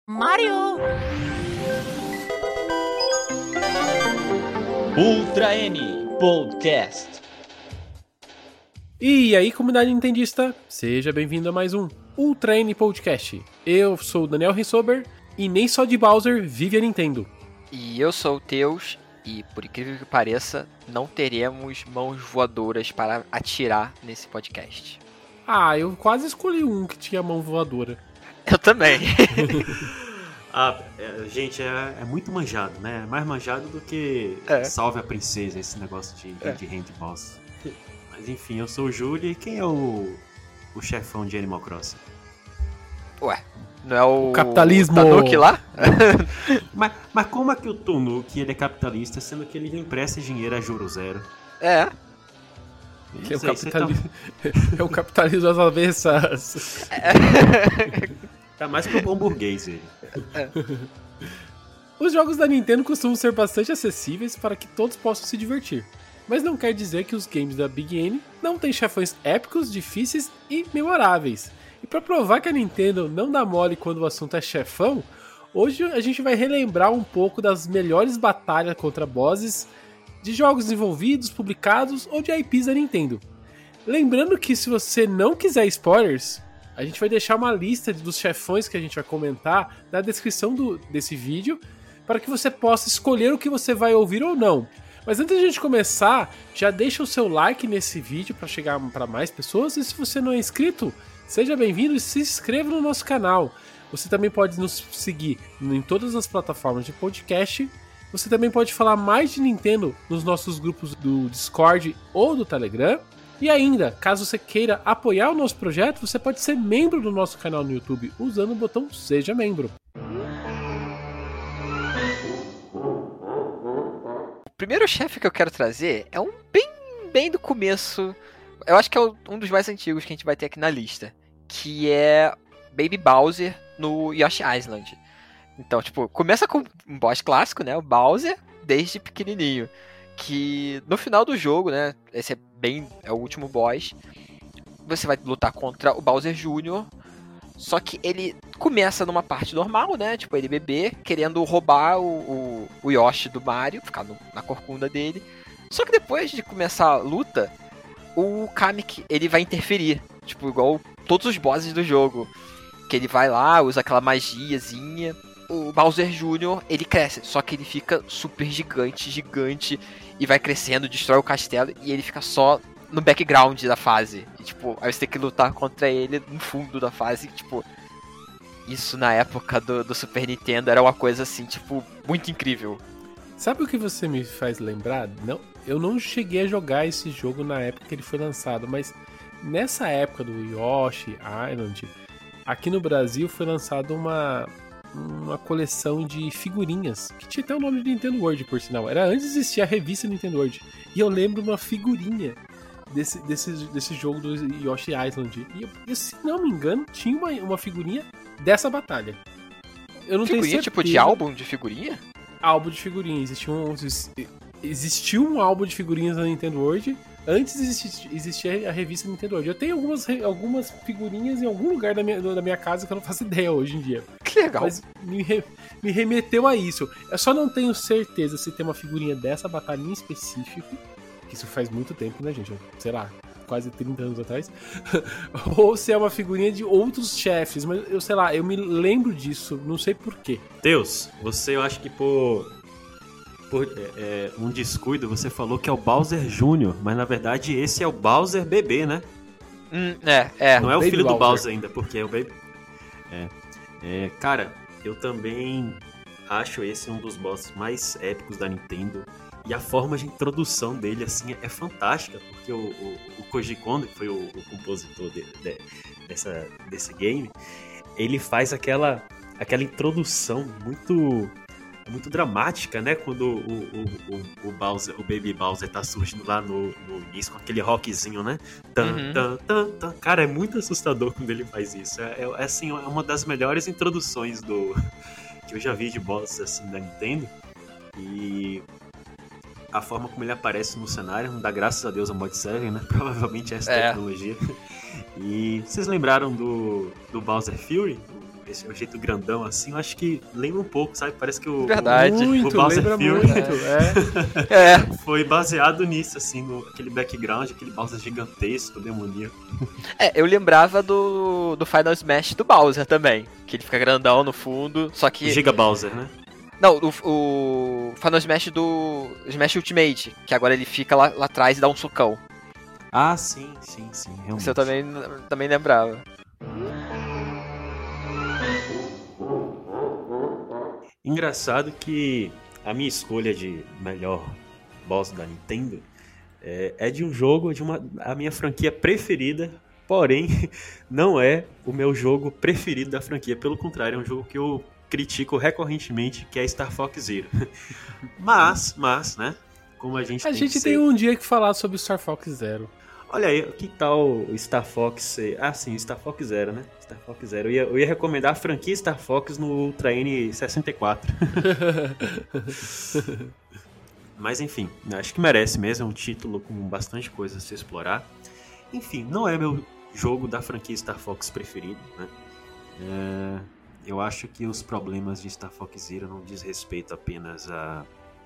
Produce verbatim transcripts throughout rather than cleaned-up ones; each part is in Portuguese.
Mario! Ultra N Podcast. E aí, comunidade nintendista, seja bem-vindo a mais um Ultra N Podcast. Eu sou o Daniel Rensober e nem só de Bowser vive a Nintendo. E eu sou o Teus e, por incrível que pareça, não teremos mãos voadoras para atirar nesse podcast. Ah, eu quase escolhi um que tinha mão voadora. Eu também. Ah, é, gente, é, é muito manjado, né? É mais manjado do que É. Salve a Princesa, esse negócio de, É. de handboss. Mas enfim, eu sou o Júlio e quem é o, o chefão de Animal Crossing? Ué, não é o... O capitalismo. Tanuki lá? Mas, mas como é que o Tanuki ele é capitalista, sendo que ele empresta dinheiro a juro zero? É. Não Que é, o sei, você capitalismo... é o capitalismo às avessas. Tá, tá mais pro bom burguês ele. Os jogos da Nintendo costumam ser bastante acessíveis para que todos possam se divertir. Mas não quer dizer que os games da Big N não têm chefões épicos, difíceis e memoráveis. E para provar que a Nintendo não dá mole quando o assunto é chefão, hoje a gente vai relembrar um pouco das melhores batalhas contra bosses de jogos desenvolvidos, publicados ou de I Ps da Nintendo. Lembrando que se você não quiser spoilers, a gente vai deixar uma lista dos chefões que a gente vai comentar na descrição do, desse vídeo, para que você possa escolher o que você vai ouvir ou não. Mas antes de a gente começar, já deixa o seu like nesse vídeo para chegar para mais pessoas, e se você não é inscrito, seja bem-vindo e se inscreva no nosso canal. Você também pode nos seguir em todas as plataformas de podcast. Você também pode falar mais de Nintendo nos nossos grupos do Discord ou do Telegram. E ainda, caso você queira apoiar o nosso projeto, você pode ser membro do nosso canal no YouTube usando o botão Seja Membro. O primeiro chefe que eu quero trazer é um bem, bem do começo. Eu acho que é um dos mais antigos que a gente vai ter aqui na lista. Que é Baby Bowser no Yoshi Island. Então, tipo, começa com um boss clássico, né? O Bowser, desde pequenininho. Que no final do jogo, né? Esse é bem... é o último boss. Você vai lutar contra o Bowser Júnior Só que ele começa numa parte normal, né? Tipo, ele bebê, querendo roubar o, o, o Yoshi do Mario, ficar no, na corcunda dele. Só que depois de começar a luta, o Kamek, ele vai interferir. Tipo, igual todos os bosses do jogo. Que ele vai lá, usa aquela magiazinha. O Bowser Júnior, ele cresce, só que ele fica super gigante, gigante, e vai crescendo, destrói o castelo, e ele fica só no background da fase. E, tipo, aí você tem que lutar contra ele no fundo da fase, tipo... Isso na época do, do Super Nintendo era uma coisa, assim, tipo, muito incrível. Sabe o que você me faz lembrar? Não, eu não cheguei a jogar esse jogo na época que ele foi lançado, mas nessa época do Yoshi Island, aqui no Brasil foi lançada uma... uma coleção de figurinhas, que tinha até o nome de Nintendo World, por sinal. Era antes de existir a revista Nintendo World. E eu lembro uma figurinha desse, desse, desse jogo do Yoshi Island. E, eu, e se não me engano, tinha uma, uma figurinha dessa batalha. Eu não Figurinha, tenho certeza. tipo, de álbum de figurinha? Álbum de figurinhas. Existia um, existiu um álbum de figurinhas na Nintendo World antes de existir, existir a revista Nintendo World. Eu tenho algumas, algumas figurinhas em algum lugar da minha, da minha casa que eu não faço ideia hoje em dia. Que legal. Mas me, re, me remeteu a isso. Eu só não tenho certeza se tem uma figurinha dessa batalha em específico, que isso faz muito tempo, né, gente? Sei lá, quase trinta anos atrás. Ou se é uma figurinha de outros chefes. Mas eu sei lá, eu me lembro disso, não sei porquê. Deus, você eu acho que por... Por é, é, um descuido, você falou que é o Bowser Júnior, mas na verdade esse é o Bowser bebê, né? Hum, é, é. Não é o Baby filho do Bowser. Bowser ainda, porque é o Baby... É, é, cara, eu também acho esse um dos bosses mais épicos da Nintendo. E a forma de introdução dele, assim, é fantástica, porque o, o, o Koji Kondo, que foi o, o compositor de, de, dessa, desse game, ele faz aquela, aquela introdução muito... muito dramática, né? Quando o, o, o, o, Bowser, o Baby Bowser tá surgindo lá no, no início com aquele rockzinho, né? Tan, Uhum. tan, tan, tan. Cara, é muito assustador quando ele faz isso. É, é, assim, é uma das melhores introduções do que eu já vi de bosses assim da Nintendo. E a forma como ele aparece no cenário dá graças a Deus a Mod sete, né? Provavelmente é essa É. tecnologia. E vocês lembraram do, do Bowser Fury? esse é o jeito grandão assim, eu acho que lembra um pouco, sabe? Parece que o, Verdade. o, Muito, o Bowser lembra Fury muito, é. É, foi baseado nisso, assim, no, aquele background, aquele Bowser gigantesco, demoníaco. é, eu lembrava do, do Final Smash do Bowser também. Que ele fica grandão no fundo, só que... Giga Bowser, né? Não, o, o Final Smash do Smash Ultimate, que agora ele fica lá, lá atrás e dá um socão. Ah, sim, sim, sim, realmente. Isso eu também, também lembrava. Engraçado que a minha escolha de melhor boss da Nintendo é, é de um jogo, de uma a minha franquia preferida, porém não é o meu jogo preferido da franquia. Pelo contrário, é um jogo que eu critico recorrentemente, que é Star Fox Zero. Mas, mas, né, como a gente A tem gente que tem ser... um dia que falar sobre o Star Fox Zero. Olha aí, que tal o Star Fox... Ah, sim, Star Fox Zero, né? Star Fox Zero. Eu ia, eu ia recomendar a franquia Star Fox no Ultra N sessenta e quatro. Mas enfim, acho que merece mesmo. É um título com bastante coisa a se explorar. Enfim, não é meu jogo da franquia Star Fox preferido, né? É, eu acho que os problemas de Star Fox Zero não diz respeito apenas a,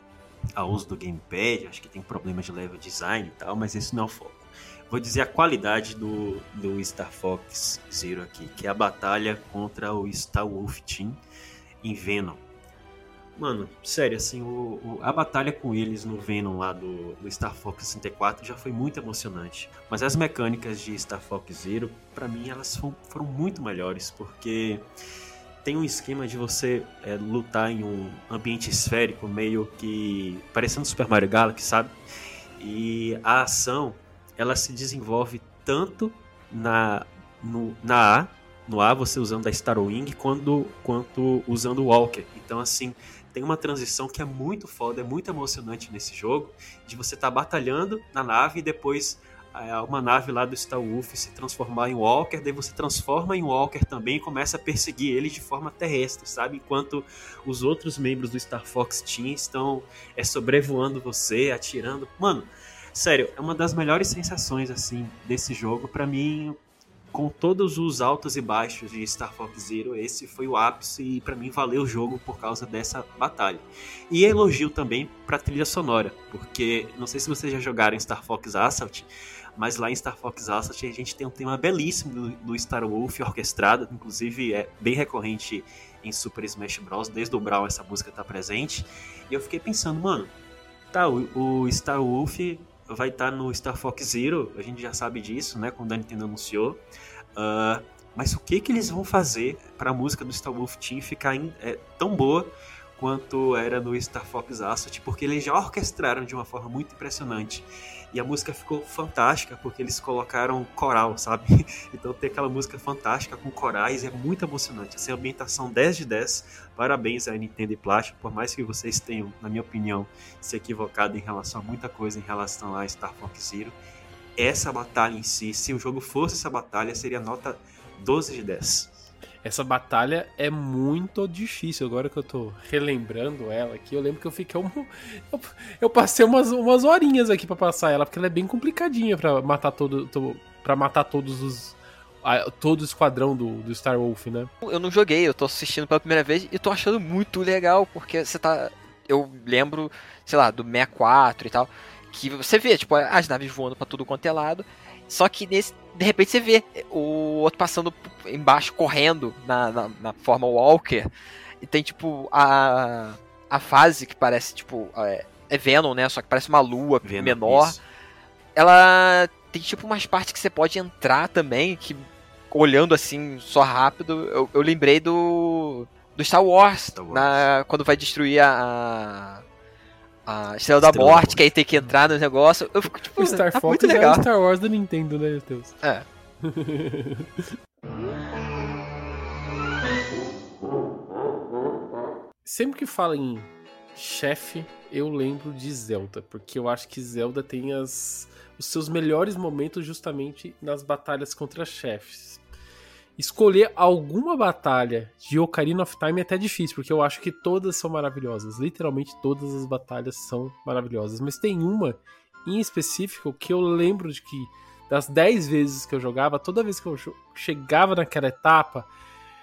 a uso do gamepad. Acho que tem problemas de level design e tal, mas esse não é o foco. Vou dizer a qualidade do, do Star Fox Zero aqui, que é a batalha contra o Star Wolf Team em Venom. Mano, sério, assim, o, o, a batalha com eles no Venom lá do, do Star Fox sessenta e quatro já foi muito emocionante. Mas as mecânicas de Star Fox Zero, pra mim, elas foram, foram muito melhores, porque tem um esquema de você é, lutar em um ambiente esférico, meio que parecendo Super Mario Galaxy, sabe? E a ação... ela se desenvolve tanto na, no, na A, no A você usando a Star Wing, quando, quanto usando o Walker. Então, assim, tem uma transição que é muito foda, é muito emocionante nesse jogo, de você estar tá batalhando na nave e depois é, uma nave lá do Star Wolf se transformar em Walker, daí você transforma em Walker também e começa a perseguir ele de forma terrestre, sabe? Enquanto os outros membros do Star Fox Team estão é, sobrevoando você, atirando. Mano, sério, é uma das melhores sensações, assim, desse jogo. Pra mim, com todos os altos e baixos de Star Fox Zero, esse foi o ápice e pra mim valeu o jogo por causa dessa batalha. E elogio também pra trilha sonora, porque não sei se vocês já jogaram em Star Fox Assault, mas lá em Star Fox Assault a gente tem um tema belíssimo do, do Star Wolf orquestrado, inclusive é bem recorrente em Super Smash Bros. Desde o Brawl essa música tá presente. E eu fiquei pensando, mano, tá, o, o Star Wolf... vai estar no Star Fox Zero, a gente já sabe disso, né, quando a Nintendo anunciou, uh, mas o que que eles vão fazer para a música do Star Wolf Team ficar em, é, tão boa quanto era no Star Fox Assault, porque eles já orquestraram de uma forma muito impressionante, e a música ficou fantástica, porque eles colocaram coral, sabe? Então ter aquela música fantástica com corais é muito emocionante, essa ambientação dez de dez, parabéns à Nintendo e Plástico, por mais que vocês tenham, na minha opinião, se equivocado em relação a muita coisa em relação a Star Fox Zero, essa batalha em si, se o jogo fosse essa batalha, seria nota doze de dez. Essa batalha é muito difícil. Agora que eu tô relembrando ela aqui, eu lembro que eu fiquei um... eu, eu passei umas, umas horinhas aqui pra passar ela, porque ela é bem complicadinha pra matar todo, to, pra matar todos os a, todo o esquadrão do, do Star Wolf, né? Eu não joguei, eu tô assistindo pela primeira vez e tô achando muito legal, porque você tá... Eu lembro, sei lá, do sessenta e quatro e tal, que você vê, tipo, as naves voando pra tudo quanto é lado, só que nesse, de repente você vê o outro passando embaixo, correndo na, na, na forma Walker, e tem, tipo, a, a fase que parece, tipo, é, é Venom, né, só que parece uma lua Venom, menor. Isso. Ela tem, tipo, umas partes que você pode entrar também, que olhando assim, só rápido, eu, eu lembrei do, do Star Wars, Star Wars. Na, quando vai destruir a... a Estrela da Morte, Morte, que aí tem que entrar no negócio. Eu fico tipo, o Star tá Fox muito legal. É o Star Wars da Nintendo, né, Deus? É. Sempre que fala em chefe, eu lembro de Zelda, porque eu acho que Zelda tem as, os seus melhores momentos justamente nas batalhas contra chefes. Escolher alguma batalha de Ocarina of Time é até difícil, porque eu acho que todas são maravilhosas. Literalmente todas as batalhas são maravilhosas. Mas tem uma em específico que eu lembro de que das dez vezes que eu jogava, toda vez que eu chegava naquela etapa,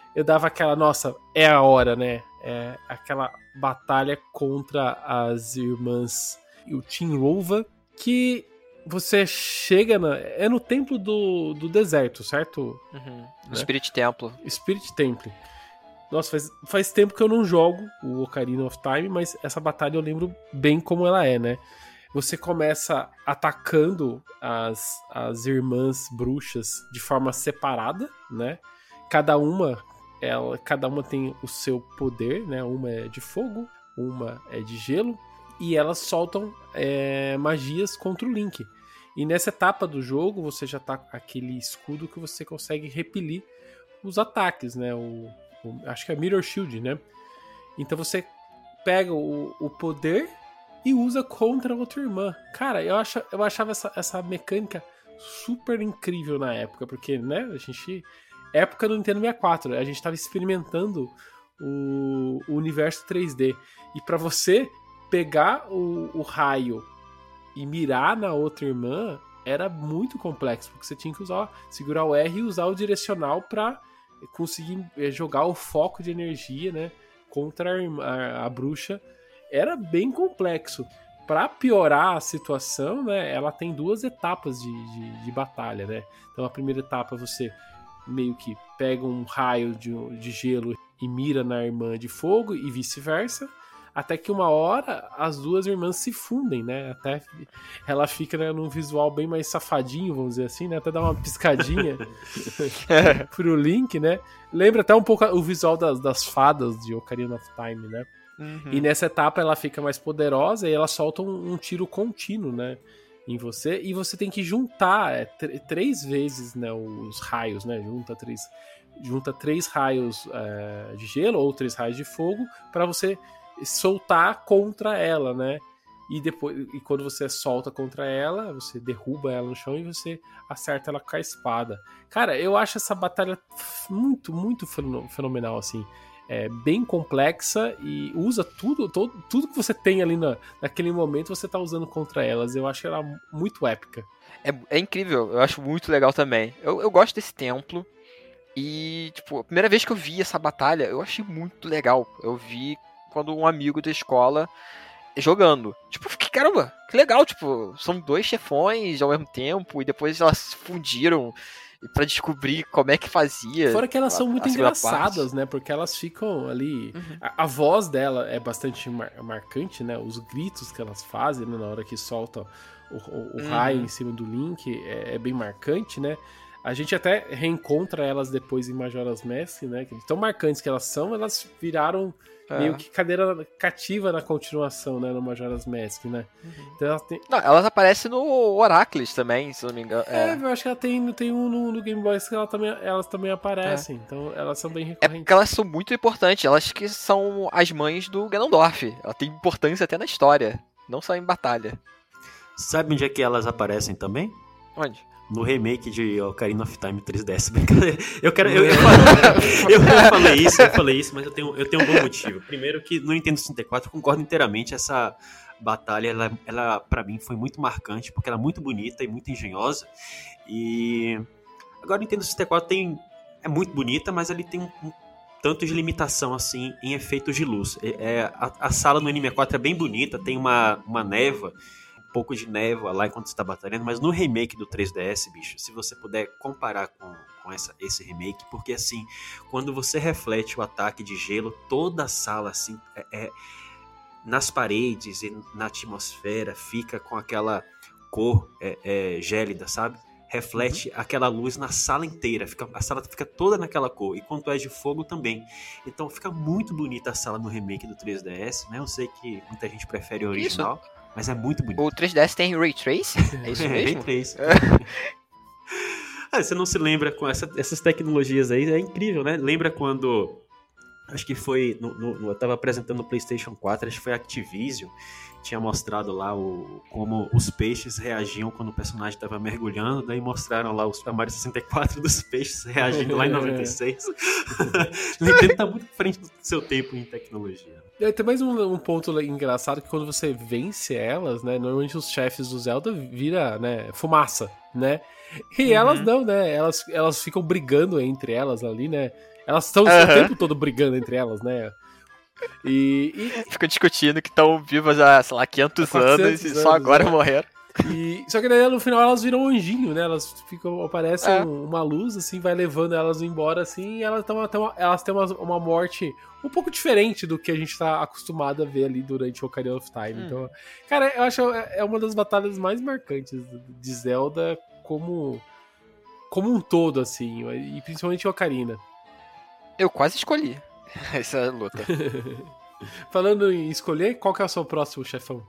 eu dava aquela, nossa, é a hora, né? É aquela batalha contra as irmãs e o Tinrova, que você chega na... É no templo do, do deserto, certo? Uhum. No Né? Spirit Temple. Spirit Temple. Nossa, faz, faz tempo que eu não jogo o Ocarina of Time, mas essa batalha eu lembro bem como ela é, né? Você começa atacando as, as irmãs bruxas de forma separada, né? Cada uma, ela, cada uma tem o seu poder, né? Uma é de fogo, uma é de gelo, e elas soltam é, magias contra o Link. E nessa etapa do jogo, você já tá com aquele escudo que você consegue repelir os ataques, né? O, o, acho que é Mirror Shield, né? Então você pega o, o poder e usa contra a outra irmã. Cara, eu, acha, eu achava essa, essa mecânica super incrível na época, porque, né, a gente... Época do Nintendo sessenta e quatro, a gente tava experimentando o, o universo três D. E pra você pegar o, o raio e mirar na outra irmã, era muito complexo, porque você tinha que usar, segurar o R e usar o direcional pra conseguir jogar o foco de energia, né, contra a, irmã, a, a bruxa. Era bem complexo. Pra piorar a situação, né, ela tem duas etapas de, de, de batalha, né? Então a primeira etapa você meio que pega um raio de, de gelo e mira na irmã de fogo e vice-versa, até que uma hora as duas irmãs se fundem, né? Até ela fica, né, num visual bem mais safadinho, vamos dizer assim, né? Até dá uma piscadinha pro Link, né? Lembra até um pouco o visual das, das fadas de Ocarina of Time, né? Uhum. E nessa etapa ela fica mais poderosa e ela solta um, um tiro contínuo, né, em você, e você tem que juntar é, tr- três vezes, né, os raios, né, junta três, junta três raios é, de gelo ou três raios de fogo para você soltar contra ela, né, e depois, e quando você solta contra ela, você derruba ela no chão e você acerta ela com a espada. Cara, eu acho essa batalha muito, muito fenomenal, assim. É bem complexa e usa tudo, todo, tudo que você tem ali na, naquele momento, você tá usando contra elas. Eu acho ela muito épica. É, é incrível, eu acho muito legal também. Eu, eu gosto desse templo e, tipo, a primeira vez que eu vi essa batalha, eu achei muito legal. Eu vi quando um amigo da escola jogando. Tipo, eu fiquei, caramba, que legal, tipo, são dois chefões ao mesmo tempo e depois elas se fundiram pra descobrir como é que fazia. Fora que elas a, são muito a engraçadas, parte. né? Porque elas ficam ali... Uhum. A, a voz dela é bastante mar, marcante, né? Os gritos que elas fazem, né? Na hora que soltam o, o, o uhum. raio em cima do Link é, é bem marcante, né? A gente até reencontra elas depois em Majora's Mask, né? Tão marcantes que elas são, elas viraram é. meio que cadeira cativa na continuação, né? No Majora's Mask, né? Uhum. Então elas tem... Não, elas aparecem no Oracles também, se não me engano. É, é eu acho que ela tem, tem um no, no Game Boy que ela também, elas também aparecem. É. Então elas são bem recorrentes. É porque elas são muito importantes. Elas que são as mães do Ganondorf. Ela tem importância até na história, não só em batalha. Sabe onde é que elas aparecem também? Onde? No remake de Ocarina of Time três D S. Brincadeira. Eu quero. Eu, eu, falei, eu, eu falei isso, eu falei isso, mas eu tenho, eu tenho um bom motivo. Primeiro que no Nintendo sessenta e quatro eu concordo inteiramente. Essa batalha, ela, ela pra mim foi muito marcante, porque ela é muito bonita e muito engenhosa. E agora o Nintendo sessenta e quatro tem, é muito bonita, mas ele tem um, um tanto de limitação assim em efeitos de luz. É, é, a, a sala no N sessenta e quatro é bem bonita, tem uma, uma névoa. Um pouco de névoa lá enquanto você tá batalhando, mas no remake do três D S, bicho, se você puder comparar com, com essa, esse remake, porque assim, quando você reflete o ataque de gelo, toda a sala assim, é, é, nas paredes e na atmosfera fica com aquela cor é, é, gélida, sabe? Reflete uhum. aquela luz na sala inteira, fica, a sala fica toda naquela cor, e quando é de fogo também. Então fica muito bonita a sala no remake do três D S, né? Eu sei que muita gente prefere o original. Isso. Mas é muito bonito. O três D S tem Ray Trace? É isso mesmo? É, Ray Trace. Ah, você não se lembra com essa, essas tecnologias aí? É incrível, né? Lembra quando... Acho que foi... No, no, eu tava apresentando no PlayStation quatro, acho que foi a Activision. Tinha mostrado lá o, como os peixes reagiam quando o personagem estava mergulhando. Daí mostraram lá o Super Mario sessenta e quatro dos peixes reagindo lá em noventa e seis. O Nintendo tá muito à frente do seu tempo em tecnologia. É, tem mais um, um ponto engraçado que quando você vence elas, né? Normalmente os chefes do Zelda vira, né, fumaça, né? E uhum. elas não, né? Elas, elas ficam brigando entre elas ali, né? Elas estão Aham. o tempo todo brigando entre elas, né? E, e, Ficam discutindo que estão vivas há, sei lá, quinhentos anos quatrocentos e só anos, agora né? morreram. e- só que daí no final elas viram um anjinho, né? Elas ficam, aparecem É. um- uma luz, assim, vai levando elas embora, assim, e elas, tão, até uma, elas têm uma, uma morte um pouco diferente do que a gente tá acostumado a ver ali durante o Ocarina of Time. Hum. Então, cara, eu acho é é uma das batalhas mais marcantes de Zelda como, como um todo, assim, e principalmente o Ocarina. Eu quase escolhi essa luta. Falando em escolher, qual que é o seu próximo chefão?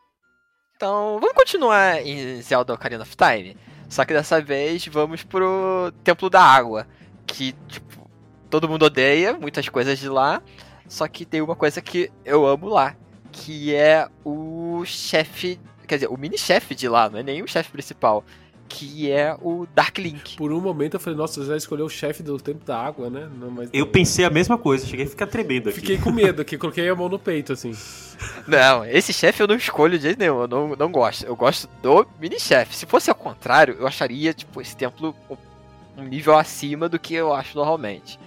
Então, vamos continuar em Zelda Ocarina of Time. Só que dessa vez vamos pro Templo da Água. Que, tipo, todo mundo odeia muitas coisas de lá. Só que tem uma coisa que eu amo lá. Que é o chefe. Quer dizer, o mini-chefe de lá, não é nem o chefe principal. Que é o Dark Link. Por um momento eu falei, nossa, você já escolheu o chefe do Tempo da Água, né? Não, mas Eu não. pensei a mesma coisa, cheguei a ficar tremendo aqui. Fiquei com medo aqui, coloquei a mão no peito, assim. Não, esse chefe eu não escolho de jeito nenhum, eu não, não gosto. Eu gosto do mini-chefe. Se fosse ao contrário, eu acharia, tipo, esse templo um nível acima do que eu acho normalmente.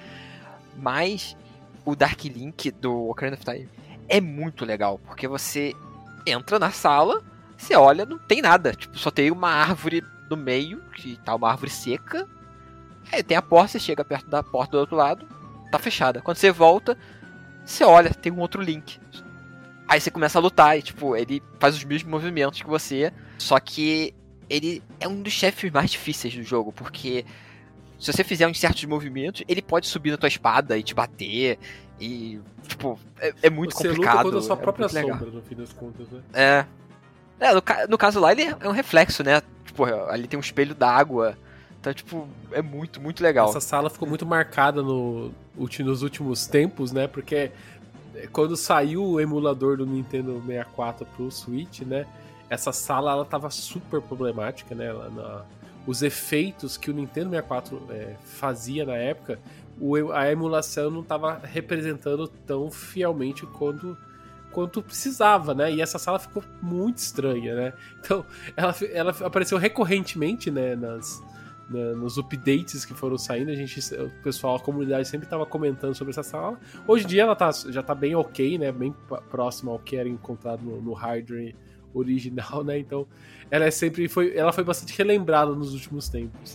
Mas o Dark Link do Ocarina of Time é muito legal, porque você entra na sala, você olha, não tem nada. Tipo, só tem uma árvore no meio, que tá uma árvore seca. Aí tem a porta, você chega perto da porta do outro lado, tá fechada. Quando você volta, você olha, tem um outro Link. Aí você começa a lutar e, tipo, ele faz os mesmos movimentos que você, só que ele é um dos chefes mais difíceis do jogo, porque se você fizer uns certos movimentos, ele pode subir na tua espada e te bater, e, tipo, é, é muito Você complicado. luta contra a sua é própria muito legal. sombra, no fim das contas, né? É. É, no, ca- no caso lá, ele é um reflexo, né? Tipo, ali tem um espelho d'água. Então, tipo, é muito, muito legal. Essa sala ficou muito marcada no, ulti- nos últimos tempos, né? Porque quando saiu o emulador do Nintendo sessenta e quatro pro Switch, né? Essa sala, ela tava super problemática, né? Ela, na, os efeitos que o Nintendo sessenta e quatro é, fazia na época, o, a emulação não tava representando tão fielmente quanto, quanto precisava, né? E essa sala ficou muito estranha, né? Então, ela, ela apareceu recorrentemente, né? Nas... Na, nos updates que foram saindo, a gente, o pessoal, a comunidade sempre estava comentando sobre essa sala. Hoje em dia ela tá, já tá bem ok, né? Bem próxima ao que era encontrado no, no hardware original, né? Então, ela é sempre foi, ela foi bastante relembrada nos últimos tempos.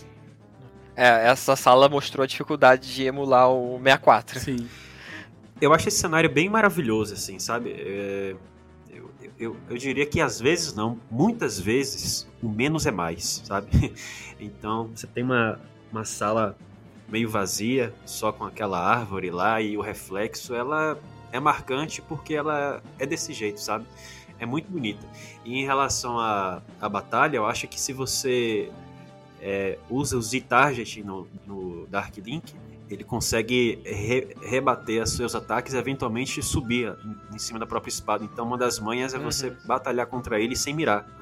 É, essa sala mostrou a dificuldade de emular o sessenta e quatro. Sim. Eu acho esse cenário bem maravilhoso, assim, sabe? É, eu, eu, eu diria que às vezes não, muitas vezes o menos é mais, sabe? Então você tem uma, uma sala meio vazia, só com aquela árvore lá e o reflexo, ela é marcante porque ela é desse jeito, sabe? É muito bonita. E em relação à, à batalha, eu acho que se você é, usa o Z-Target no, no Dark Link, ele consegue re, rebater os seus ataques e eventualmente subir em, em cima da própria espada. Então uma das manhas é você Uhum. batalhar contra ele sem mirar, né?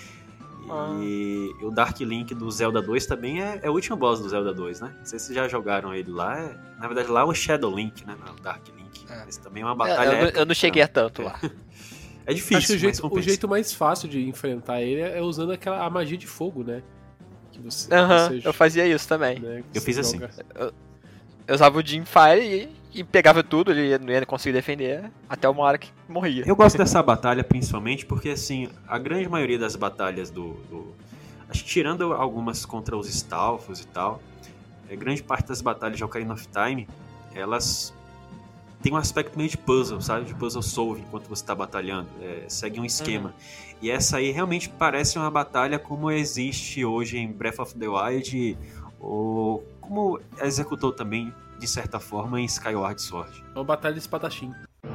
E o Dark Link do Zelda dois também é, é o último boss do Zelda dois, né? Não sei se vocês já jogaram ele lá. É, na verdade, lá é o Shadow Link, né? Não, o Dark Link. É. Esse também é uma É, batalha eu, não- épica. eu não cheguei a tanto lá. É difícil, Acho que o mas jeito, o compensa. jeito mais fácil de enfrentar ele é usando aquela a magia de fogo, né? Que você, Aham, você- eu fazia isso também. né, que Eu você fiz assim. joga- Eu usava o Jim Fire e, e pegava tudo, ele não ia conseguir defender até uma hora que morria. Eu gosto dessa batalha principalmente porque, assim, a grande maioria das batalhas do... do acho que tirando algumas contra os Stalfos e tal, a grande parte das batalhas de Ocarina of Time, elas têm um aspecto meio de puzzle, sabe? De puzzle solve enquanto você está batalhando. É, segue um esquema. Uhum. E essa aí realmente parece uma batalha como existe hoje em Breath of the Wild, ou como executou também, de certa forma, em Skyward Sword. É uma batalha de espadachim.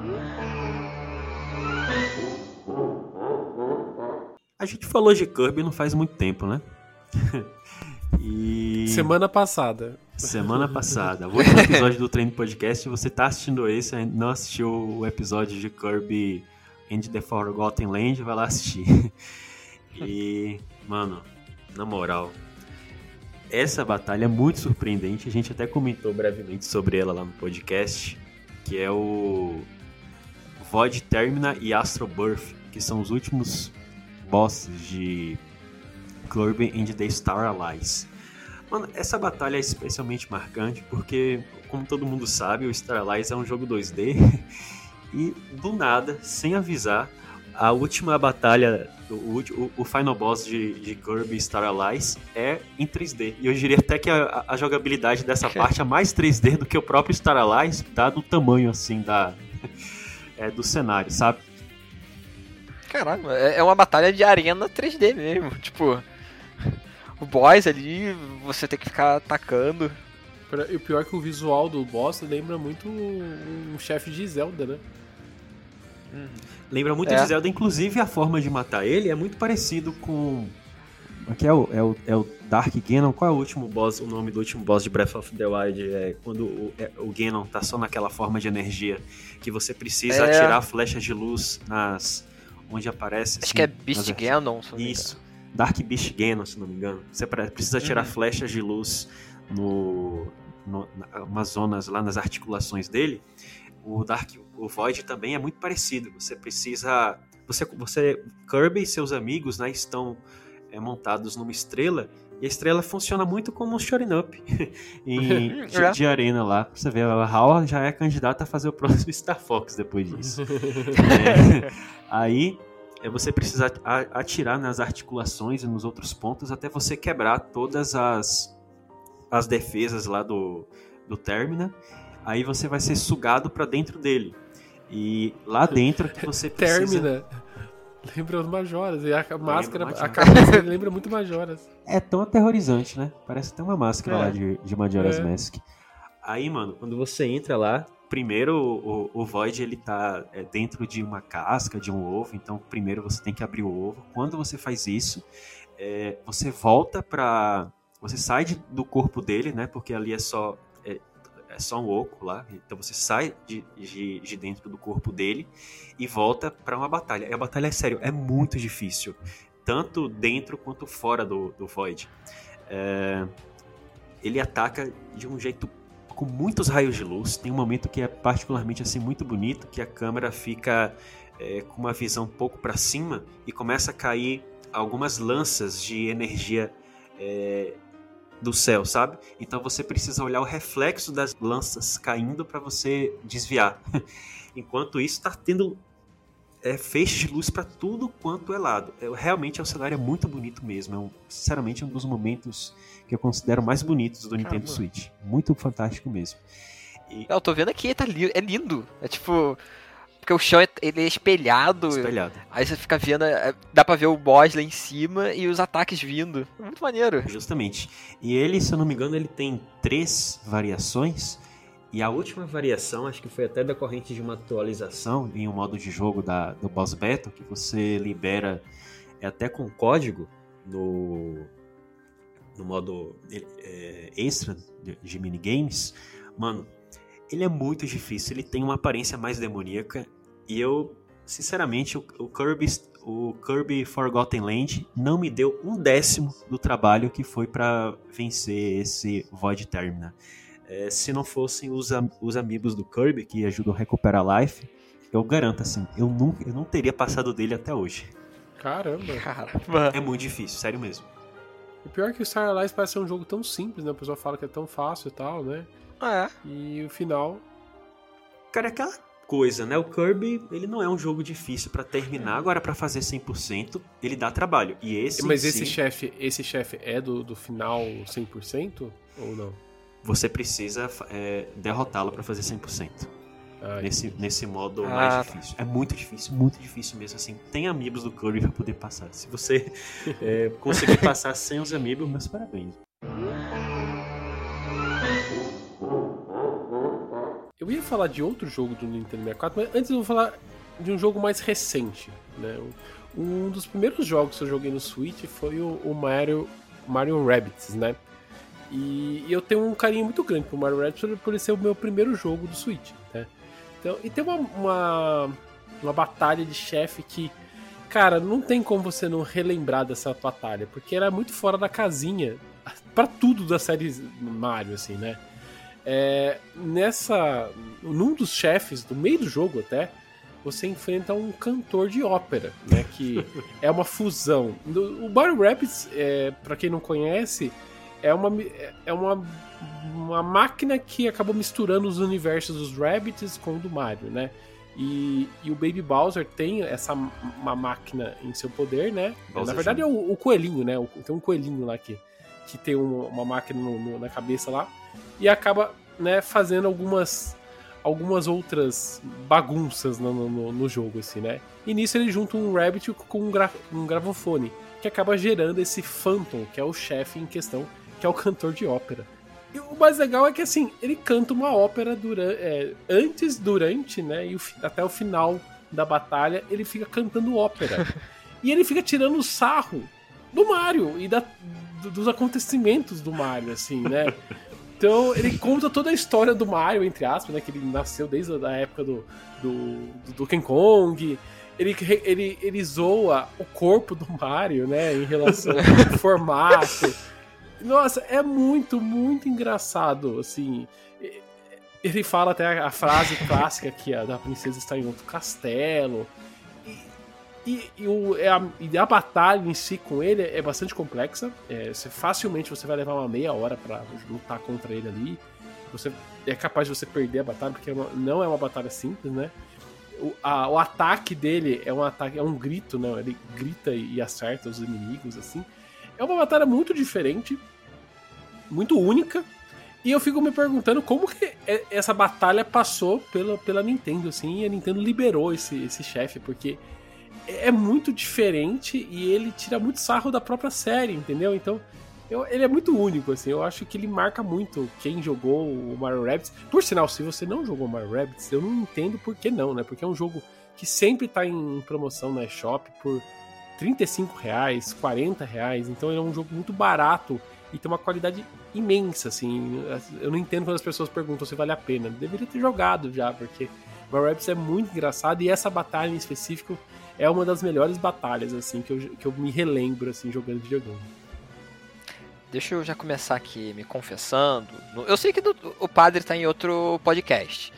A gente falou de Kirby não faz muito tempo, né? E... Semana passada. Semana passada. O último episódio do Treino Podcast, você tá assistindo esse, ainda não assistiu o episódio de Kirby and the Forgotten Land, vai lá assistir. E, mano, na moral, essa batalha é muito surpreendente. A gente até comentou brevemente sobre ela lá no podcast, que é o Void Termina e Astro Birth, que são os últimos bosses de Kirby and the Star Allies. Mano, essa batalha é especialmente marcante porque como todo mundo sabe, o Star Allies é um jogo dois D. E do nada, sem avisar, a última batalha, o, o, o final boss de, de Kirby Star Allies é em três D. E eu diria até que a, a jogabilidade dessa parte é mais três D do que o próprio Star Allies, dado o tamanho assim da, é, do cenário, sabe? Caralho, é uma batalha de arena três D mesmo. Tipo, o boss ali, você tem que ficar atacando. E o pior é que o visual do boss lembra muito um chefe de Zelda, né? Uhum. Lembra muito é. de Zelda, inclusive a forma de matar ele é muito parecido com... Aqui é o, é o, é o Dark Ganon. Qual é o último boss, o nome do último boss de Breath of the Wild? É quando o, é, o Ganon tá só naquela forma de energia, que você precisa é. atirar flechas de luz nas... onde aparece... Acho assim, que é Beast Ganon. Isso, Dark Beast Ganon, se não me engano. Você precisa atirar uhum. flechas de luz no, no, nas zonas lá, nas articulações dele. O Dark, o Void também é muito parecido. Você precisa... Você, você Kirby e seus amigos, né, estão é, montados numa estrela, e a estrela funciona muito como um Shorin Up em, de, de arena lá. Você vê, a HAL já é candidata a fazer o próximo Star Fox depois disso. é, aí você precisa atirar nas articulações e nos outros pontos até você quebrar todas as, as defesas lá do, do Termina. Aí você vai ser sugado pra dentro dele. E lá dentro que você precisa... Termina. Lembra os Majoras. E a máscara, Majora. A cabeça lembra muito Majoras. É tão aterrorizante, né? Parece até uma máscara é. lá de, de Majora's é. Mask. Aí, mano, quando você entra lá, primeiro o, o Void, ele tá dentro de uma casca, de um ovo. Então, primeiro você tem que abrir o ovo. Quando você faz isso, é, você volta pra... Você sai de, do corpo dele, né? Porque ali é só... É, é só um oco lá, então você sai de, de, de dentro do corpo dele e volta pra uma batalha. E a batalha, é sério, é muito difícil, tanto dentro quanto fora do, do Void. É, ele ataca de um jeito com muitos raios de luz. Tem um momento que é particularmente assim muito bonito, que a câmera fica é, com uma visão um pouco pra cima e começa a cair algumas lanças de energia é, do céu, sabe? Então você precisa olhar o reflexo das lanças caindo para você desviar. Enquanto isso, tá tendo é, feixes de luz para tudo quanto é lado. É, realmente é um cenário muito bonito mesmo. É um, sinceramente um dos momentos que eu considero mais bonitos do Nintendo Caramba. Switch. Muito fantástico mesmo. E... Eu tô vendo aqui, tá li- é lindo. É tipo... Porque o chão é, ele é espelhado. Espelhado. Aí você fica vendo, dá pra ver o boss lá em cima e os ataques vindo. É muito maneiro. Justamente. E ele, se eu não me engano, ele tem três variações. E a última variação, acho que foi até decorrente de uma atualização em um modo de jogo da, do Boss Battle, que você libera é, até com código no, no modo é, extra de, de minigames. Mano, ele é muito difícil, ele tem uma aparência mais demoníaca. E eu, sinceramente, o, o, Kirby, o Kirby Forgotten Land não me deu um décimo do trabalho que foi pra vencer esse Void Termina. É, se não fossem os, os amigos do Kirby que ajudam a recuperar a life, eu garanto, assim, eu não, eu não teria passado dele até hoje. Caramba. Caramba. É muito difícil, sério mesmo. O pior é que o Star Allies parece ser um jogo tão simples, né? O pessoal fala que é tão fácil e tal, né? É. E o final... Cara, é aquela coisa, né? O Kirby, ele não é um jogo difícil pra terminar. Agora, pra fazer cem por cento, ele dá trabalho. E esse, Mas esse sim, chefe esse chefe é do, do final cem por cento ou não? Você precisa é, derrotá-lo pra fazer cem por cento. Ah, nesse, nesse modo ah, mais difícil. É muito difícil, muito difícil mesmo. Assim, tem amigos do Kirby pra poder passar. Se você é, conseguir passar sem os amigos, meus parabéns. Eu ia falar de outro jogo do Nintendo sessenta e quatro, mas antes eu vou falar de um jogo mais recente, né? Um dos primeiros jogos que eu joguei no Switch foi o, o Mario, Mario Rabbids, né? E, e eu tenho um carinho muito grande pro Mario Rabbids por, por ele ser o meu primeiro jogo do Switch, né? Então, e tem uma, uma, uma batalha de chefe que, cara, não tem como você não relembrar dessa batalha, porque era muito fora da casinha pra tudo da série Mario, assim, né? É, nessa, num dos chefes, no meio do jogo até, você enfrenta um cantor de ópera, né, que é uma fusão. O Mario Rabbids, é, pra quem não conhece, é uma, é uma, uma máquina que acabou misturando os universos dos Rabbids com o do Mario, né? E, e o Baby Bowser tem essa uma máquina em seu poder, né? Bowser Na verdade é o, o coelhinho, né? O, tem um coelhinho lá que, que tem um, uma máquina no, no, na cabeça lá e acaba, né, fazendo algumas, algumas outras bagunças no, no, no jogo, assim, né? E nisso ele junta um Rabbit com um, gra, um gravofone, que acaba gerando esse Phantom, que é o chefe em questão, que é o cantor de ópera. E o mais legal é que, assim, ele canta uma ópera durante, é, antes, durante, né, e o, até o final da batalha, ele fica cantando ópera. E ele fica tirando sarro do Mario e da, do, dos acontecimentos do Mario, assim, né? Então, ele conta toda a história do Mario, entre aspas, né, que ele nasceu desde a época do, do, do Donkey Kong. Ele, ele, ele zoa o corpo do Mario, né, em relação ao formato. Nossa, é muito, muito engraçado, assim. Ele fala até a frase clássica que a da princesa está em outro castelo. E, e, e, o, é a, e a batalha em si com ele é bastante complexa. É, você, facilmente você vai levar uma meia hora pra lutar contra ele ali. Você, é capaz de você perder a batalha, porque é uma, não é uma batalha simples, né? O, a, o ataque dele é um ataque, é um grito, né? Ele grita e, e acerta os inimigos, assim. É uma batalha muito diferente, muito única, e eu fico me perguntando como que essa batalha passou pela, pela Nintendo, assim, e a Nintendo liberou esse, esse chefe, porque é muito diferente e ele tira muito sarro da própria série, entendeu? Então, eu, ele é muito único, assim, eu acho que ele marca muito quem jogou o Mario Rabbids. Por sinal, se você não jogou o Mario Rabbids, eu não entendo por que não, né? Porque é um jogo que sempre tá em promoção na eShop por trinta e cinco reais, quarenta reais, então ele é um jogo muito barato e tem uma qualidade imensa, assim. Eu não entendo quando as pessoas perguntam se vale a pena. Deveria ter jogado já, porque Mario Rabbids é muito engraçado e essa batalha em específico é uma das melhores batalhas, assim, que eu, que eu me relembro, assim, jogando videogame. Deixa eu já começar aqui me confessando. Eu sei que do, o padre tá em outro podcast,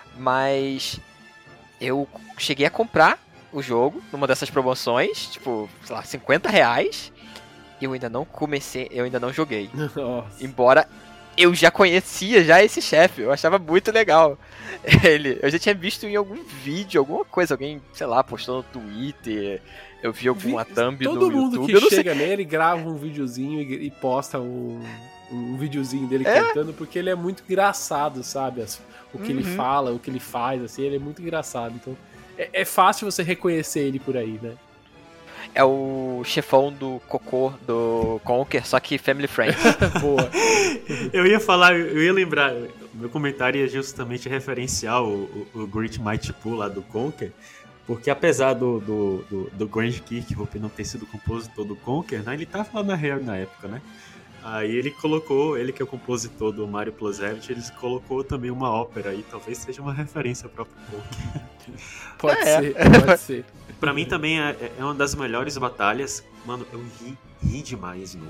mas eu cheguei a comprar o jogo numa dessas promoções, tipo, sei lá, cinquenta reais, e eu ainda não comecei, eu ainda não joguei. Nossa. Embora eu já conhecia já esse chefe, eu achava muito legal. Ele, eu já tinha visto em algum vídeo, alguma coisa, alguém, sei lá, postou no Twitter, eu vi alguma thumb no YouTube. Todo mundo que eu não chega sei. nele grava um videozinho e, e posta um, um videozinho dele É? cantando, porque ele é muito engraçado, sabe? As, o que Uhum. ele fala, o que ele faz, assim, ele é muito engraçado. Então, é, é fácil você reconhecer ele por aí, né? É o chefão do cocô do Conker, só que family friend. Boa. Eu ia falar, eu ia lembrar, meu comentário ia justamente referenciar o, o, o Great Mighty Pooh lá do Conker, porque apesar do, do, do, do Grande Kirkhope não ter sido compositor do Conker, né, ele tava lá na Rare na época, né? Aí ele colocou, ele que é o compositor do Mario Plus Rabbids, ele colocou também uma ópera aí, talvez seja uma referência ao próprio Conker. Pode É. ser, pode ser. Pra mim também é, é uma das melhores batalhas. Mano, eu ri, ri demais no... no,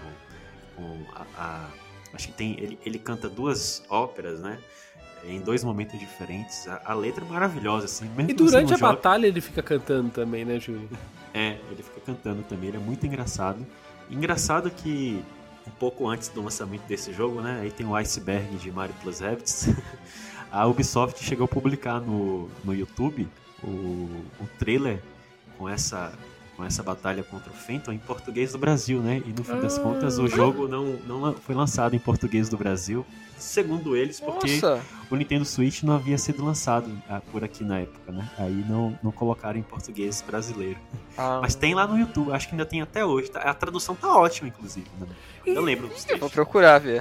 no, no a, a, acho que tem... Ele, ele canta duas óperas, né? Em dois momentos diferentes. A, a letra é maravilhosa, assim. Mesmo E que você durante não a jogue- batalha ele fica cantando também, né, Júlio? É, ele fica cantando também. Ele é muito engraçado. Engraçado que um pouco antes do lançamento desse jogo, né? Aí tem o Iceberg de Mario Plus Rabbids. A Ubisoft chegou a publicar no, no YouTube o, o trailer com essa, com essa batalha contra o Phantom em português do Brasil, né? E no fim das Ah. contas o jogo não, não foi lançado em português do Brasil, segundo eles, porque Nossa, o Nintendo Switch não havia sido lançado ah, por aqui na época, né? Aí não, não colocaram em português brasileiro. ah, Mas tem lá no YouTube, acho que ainda tem até hoje. tá? A tradução tá ótima, inclusive. Né? Eu lembro dos eu vou trechos. procurar ver.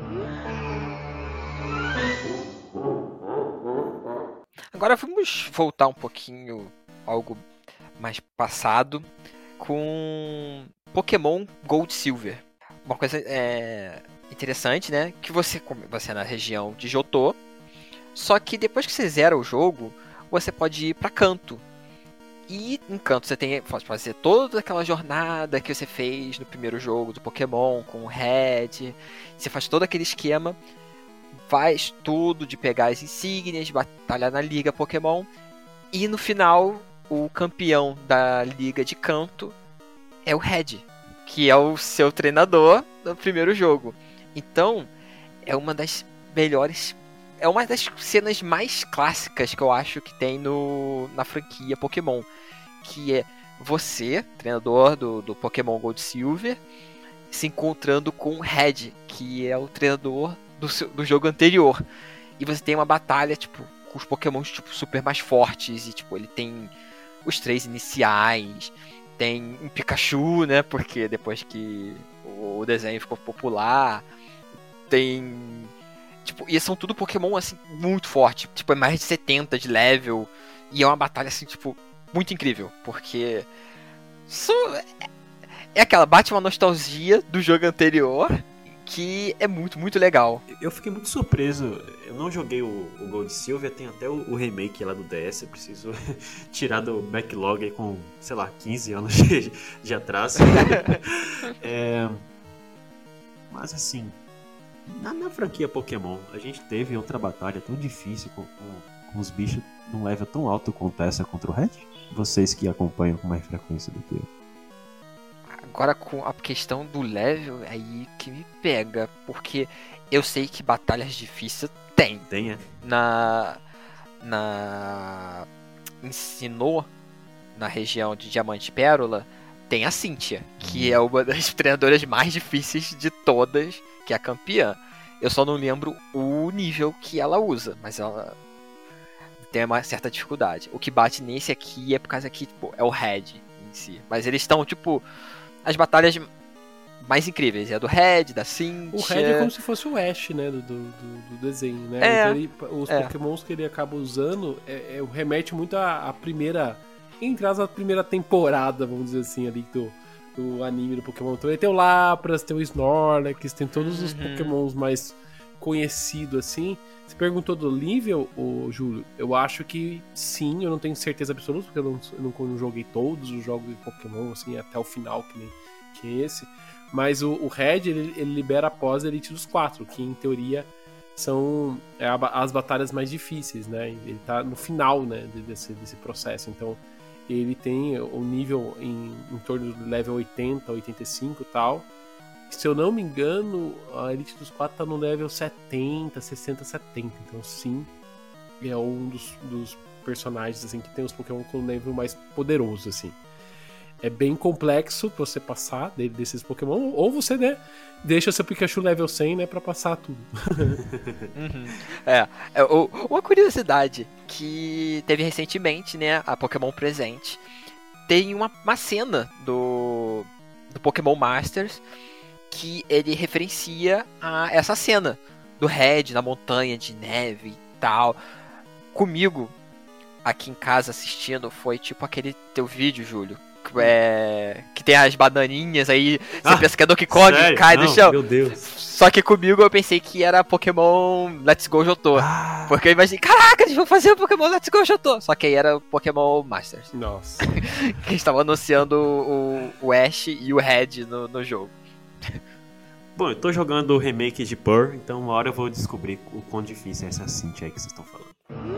Agora vamos voltar um pouquinho algo mais passado com Pokémon Gold Silver. Uma coisa é, interessante, né? Que você, você é na região de Johto, só que depois que você zera o jogo, você pode ir pra Kanto. E em Kanto você tem, pode fazer toda aquela jornada que você fez no primeiro jogo do Pokémon com o Red. Você faz todo aquele esquema, faz tudo de pegar as insígnias, batalhar na Liga Pokémon. E no final, o campeão da Liga de Kanto é o Red. que é o seu treinador no primeiro jogo. Então, é uma das melhores... É uma das cenas mais clássicas que eu acho que tem no, na franquia Pokémon. Que é você, treinador do, do Pokémon Gold e Silver, se encontrando com o Red, que é o treinador do, seu, do jogo anterior. E você tem uma batalha, tipo, com os Pokémons tipo, super mais fortes. E, tipo, ele tem os três iniciais. Tem um Pikachu, né? Porque depois que o desenho ficou popular... Tem... Tipo, e são tudo Pokémon, assim, muito forte. Tipo, é mais de setenta de level. E é uma batalha, assim, tipo, muito incrível. Porque... Isso é aquela, bate uma nostalgia do jogo anterior. Que é muito, muito legal. Eu fiquei muito surpreso. Eu não joguei o, o Gold Silver. Tem até o, o remake lá do D S. Eu preciso tirar do backlog aí com, sei lá, quinze anos de, de atraso. é... Mas, assim... Na, na franquia Pokémon, a gente teve outra batalha tão difícil com, com, com os bichos num level tão alto quanto essa contra o Red? Vocês que acompanham com mais frequência do que eu. Agora com a questão do level, é aí que me pega. Porque eu sei que batalhas difíceis tem. Tem, é? Na... Na... Ensinou, na região de Diamante e Pérola, tem a Cynthia, que é uma das treinadoras mais difíceis de todas, que é a campeã. Eu só não lembro o nível que ela usa, mas ela tem uma certa dificuldade. O que bate nesse aqui é por causa que, tipo, é o Red em si. Mas eles estão, tipo, as batalhas mais incríveis. É a do Red, da Cynthia... O Red é como se fosse o Ash, né, do, do, do desenho, né? É, então ele, os é. Pokémons que ele acaba usando é, é, remete muito à, à primeira... Entre as a primeira temporada, vamos dizer assim, ali do... do anime do Pokémon. Então ele tem o Lapras, tem o Snorlax, tem todos os Uhum. Pokémons mais conhecidos assim. Você perguntou do nível, ô, Júlio? Eu acho que sim, eu não tenho certeza absoluta, porque eu não, eu não, não joguei todos os jogos de Pokémon assim, até o final, que nem que é esse. Mas o, o Red, ele, ele libera após a Elite dos Quatro, que em teoria são é, a, as batalhas mais difíceis, né? Ele tá no final, né, desse, desse processo. Então ele tem o nível em, em torno do level oitenta, oitenta e cinco e tal. Se eu não me engano, a Elite dos Quatro tá no level setenta, sessenta, setenta. Então sim, é um dos, dos personagens assim, que tem os Pokémon com um level mais poderoso, assim. É bem complexo pra você passar dele, desses Pokémon, ou você, né, deixa seu Pikachu level cem, né, pra passar tudo. Uhum. É, é o, uma curiosidade que teve recentemente, né, a Pokémon Presente, tem uma, uma cena do, do Pokémon Masters que ele referencia a essa cena do Red na montanha de neve e tal. Comigo, aqui em casa assistindo, foi tipo aquele teu vídeo, Júlio, que, é, que tem as bananinhas aí, você Ah, pensa que é Donkey Kong e cai Não, do chão. Meu Deus. Só que comigo eu pensei que era Pokémon Let's Go Johto. Ah, Porque eu imaginei, caraca, eles vão fazer o Pokémon Let's Go Johto. Só que aí era o Pokémon Masters. Nossa. Que eles estavam anunciando o, o Ash e o Red no, no jogo. bom, eu tô jogando o remake de Pearl, então uma hora eu vou descobrir o quão difícil é essa Cynthia aí que vocês estão falando.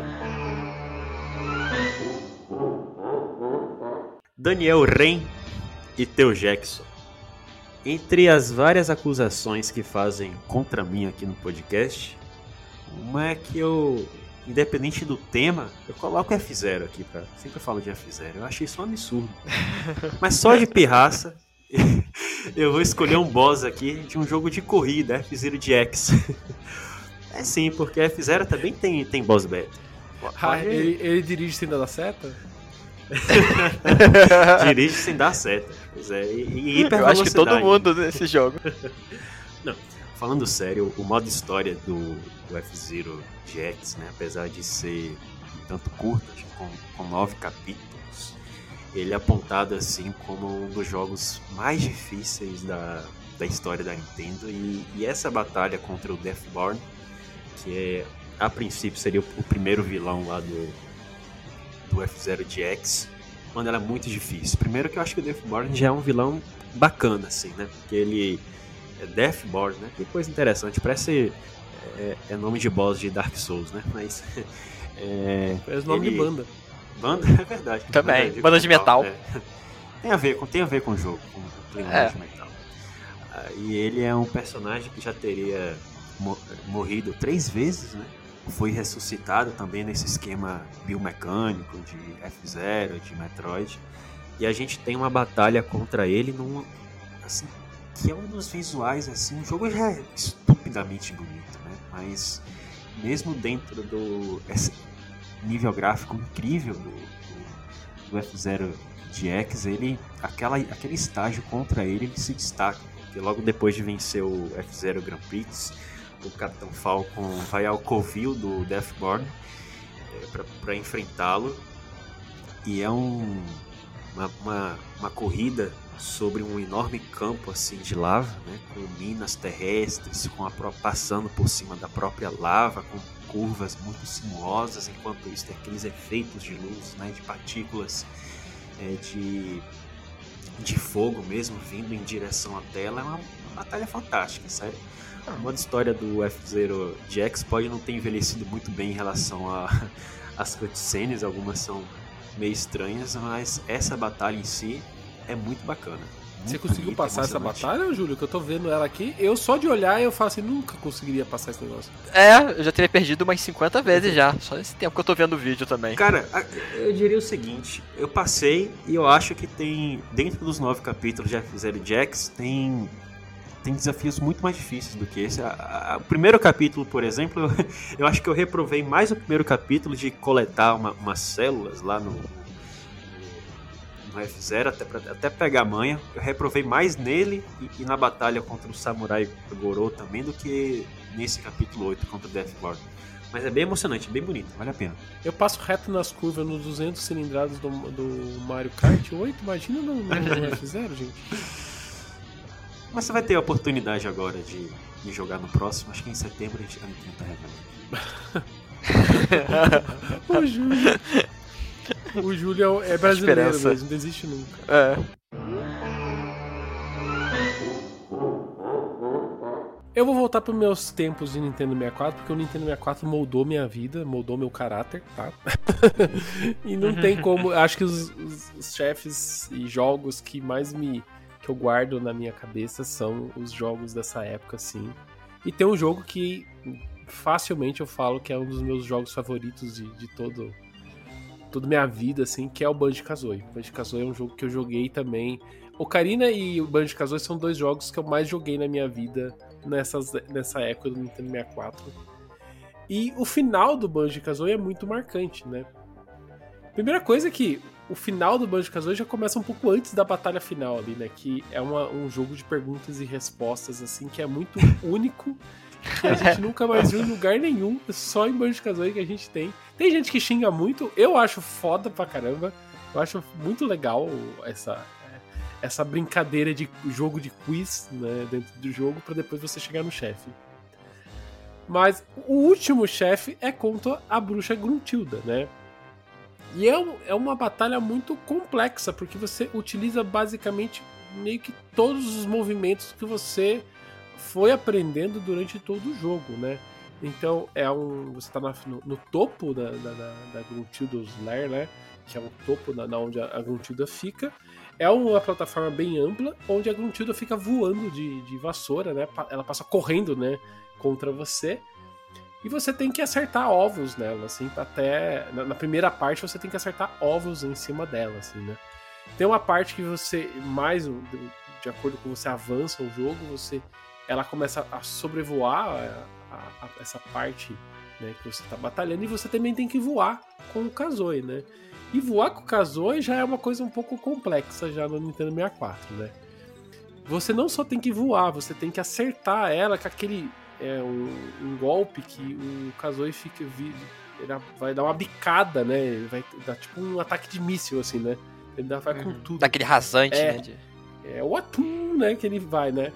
Daniel Ren e Teu Jackson. Entre as várias acusações que fazem contra mim aqui no podcast, uma é que eu, independente do tema, eu coloco F zero aqui, pra, sempre falo de F zero. Eu achei isso um absurdo. Mas só de pirraça, eu vou escolher um boss aqui de um jogo de corrida, F zero D X. É sim, porque F zero também tem, tem boss battle. Ah, ele, ele dirige sem dar seta? Dirige sem dar seta. Pois é, e, e hiper Eu acho que todo velocidade. mundo nesse jogo. Não, falando sério, o modo história do, do F zero D X, né, apesar de ser um tanto curto, acho que com, com nove capítulos, ele é apontado assim como um dos jogos mais difíceis da, da história da Nintendo. E, e essa batalha contra o Deathborn, que é, a princípio seria o, o primeiro vilão lá do, do F zero D X, mano, ela é muito difícil. Primeiro que eu acho que o Deathborn já é um vilão bacana, assim, né? Porque ele é Deathborn, né? Que coisa interessante, parece é, é nome de boss de Dark Souls, né? Mas é, É o nome ele... de banda. Banda? É verdade. Também, banda banda de metal. É. tem a ver com, tem a ver com o jogo, com o clima É. de metal. Ah, e ele é um personagem que já teria mo- morrido três vezes, né? Foi ressuscitado também nesse esquema biomecânico de F zero, de Metroid. E a gente tem uma batalha contra ele num, assim, que é um dos visuais, assim, o jogo já é estupidamente bonito, né? Mas mesmo dentro do esse nível gráfico incrível do, do, do F zero de X, ele, aquela, aquele estágio contra ele, ele se destaca. Porque logo depois de vencer o F zero Grand Prix, o Capitão Falcon vai ao covil do Deathborn é, para enfrentá-lo. E é um, uma, uma, uma corrida sobre um enorme campo assim de lava, né, com minas terrestres, com a pró- passando por cima da própria lava, com curvas muito sinuosas, enquanto isso tem aqueles efeitos de luz, né, de partículas é, de, de fogo mesmo vindo em direção à tela. É uma, uma batalha fantástica, sério. A modo história do F zero G X pode não ter envelhecido muito bem em relação às cutscenes, algumas são meio estranhas, mas essa batalha em si é muito bacana. Muito Você conseguiu bonita, passar essa emocionante. batalha, Júlio? Que eu tô vendo ela aqui. Eu só de olhar eu falo assim, nunca conseguiria passar esse negócio. É, eu já teria perdido umas cinquenta vezes já. Só nesse tempo que eu tô vendo o vídeo também. Cara, a- eu diria o seguinte, eu passei e eu acho que tem, dentro dos nove capítulos de F zero G X, tem, tem desafios muito mais difíceis do que esse. A- a- O primeiro capítulo, por exemplo, eu, eu acho que eu reprovei mais o primeiro capítulo de coletar uma- umas células lá no, no F zero, até, pra- até pegar a manha. Eu reprovei mais nele e, e na batalha contra o Samurai Goro também do que nesse capítulo oito contra o Deathborn. Mas é bem emocionante, bem bonito, vale a pena. Eu passo reto nas curvas nos duzentos cilindrados do, do Mario Kart oito, imagina no, no, no F zero, gente. Mas você vai ter a oportunidade agora de, de jogar no próximo. Acho que em setembro a gente a Nintendo tá revelando. O Júlio. O Júlio é brasileiro Esperança. mesmo, não desiste nunca. É. Eu vou voltar para meus tempos de Nintendo sessenta e quatro, porque o Nintendo sessenta e quatro moldou minha vida, moldou meu caráter, tá? E não tem como. Acho que os, os- os chefes e jogos que mais me. Que eu guardo na minha cabeça são os jogos dessa época, sim. E tem um jogo que facilmente eu falo que é um dos meus jogos favoritos de, de todo. Toda minha vida, assim, que é o Banjo-Kazooie. Banjo-Kazooie é um jogo que eu joguei também. Ocarina e o Banjo-Kazooie são dois jogos que eu mais joguei na minha vida nessas, nessa época do Nintendo sessenta e quatro. E o final do Banjo-Kazooie é muito marcante, né? Primeira coisa é que o final do Banjo-Kazooie já começa um pouco antes da batalha final ali, né? Que é uma, um jogo de perguntas e respostas, assim, que é muito único, que a gente nunca mais viu em lugar nenhum, só em Banjo-Kazooie que a gente tem. Tem gente que xinga muito, eu acho foda pra caramba, eu acho muito legal essa, essa brincadeira de jogo de quiz, né, dentro do jogo, pra depois você chegar no chefe. Mas o último chefe é contra a bruxa Gruntilda, né? E é, um- é uma batalha muito complexa, porque você utiliza basicamente meio que todos os movimentos que você foi aprendendo durante todo o jogo, né? Então, é um, você tá na- no, no topo da, da, da, da Gruntilda's Lair, né? Que é o topo da, da onde a, a Gruntilda fica. É uma plataforma bem ampla, onde a Gruntilda fica voando de, de vassoura, né? Pa- Ela passa correndo, né? Contra você. E você tem que acertar ovos nela, assim, até... Na, na primeira parte você tem que acertar ovos em cima dela, assim, né? Tem uma parte que você, mais de, de acordo com você avança o jogo, você, ela começa a sobrevoar a, a, a, essa parte, né, que você tá batalhando, e você também tem que voar com o Kazooie, né? E voar com o Kazooie já é uma coisa um pouco complexa já no Nintendo sessenta e quatro, né? Você não só tem que voar, você tem que acertar ela com aquele... É um, um golpe que o Kazooie fica, vi- ele vai dar uma bicada, né? Ele vai dar tipo um ataque de míssil, assim, né? Ele dá, vai com tudo. Daquele rasante, É. né? De... É o atum, né? Que ele vai, né?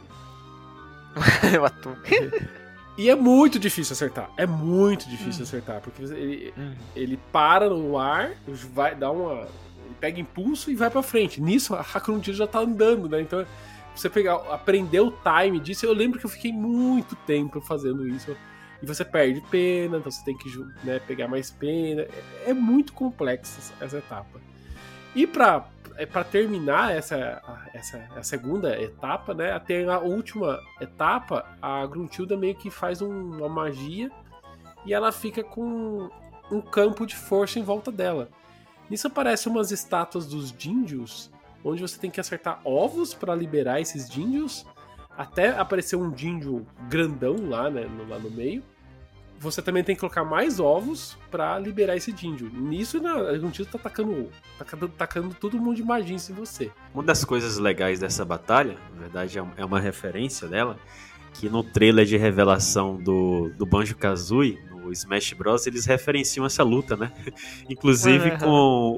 o atum. E é muito difícil acertar. É muito difícil acertar, porque ele, ele para no ar, vai dar uma. Ele pega impulso e vai pra frente. Nisso, a Hakruntil já tá andando, né? Então, você pegar, aprender o time disso, eu lembro que eu fiquei muito tempo fazendo isso. E você perde pena, então você tem que, né, pegar mais pena. É, é muito complexa essa etapa. E pra, é, pra terminar essa, essa a segunda etapa, né? Até a última etapa, a Gruntilda meio que faz um, uma magia e ela fica com um campo de força em volta dela. Nisso aparecem umas estátuas dos Jinjos, onde você tem que acertar ovos pra liberar esses Jinjos, até aparecer um Jinjo grandão lá, né, no, lá no meio. Você também tem que colocar mais ovos pra liberar esse Jinjo. Nisso, a Gruntilda tá tacando, tacando, tacando todo mundo de magia em você. Uma das coisas legais dessa batalha, na verdade é uma referência dela, que no trailer de revelação do, do Banjo-Kazooie, no Smash Bros, eles referenciam essa luta, né? Inclusive uhum. com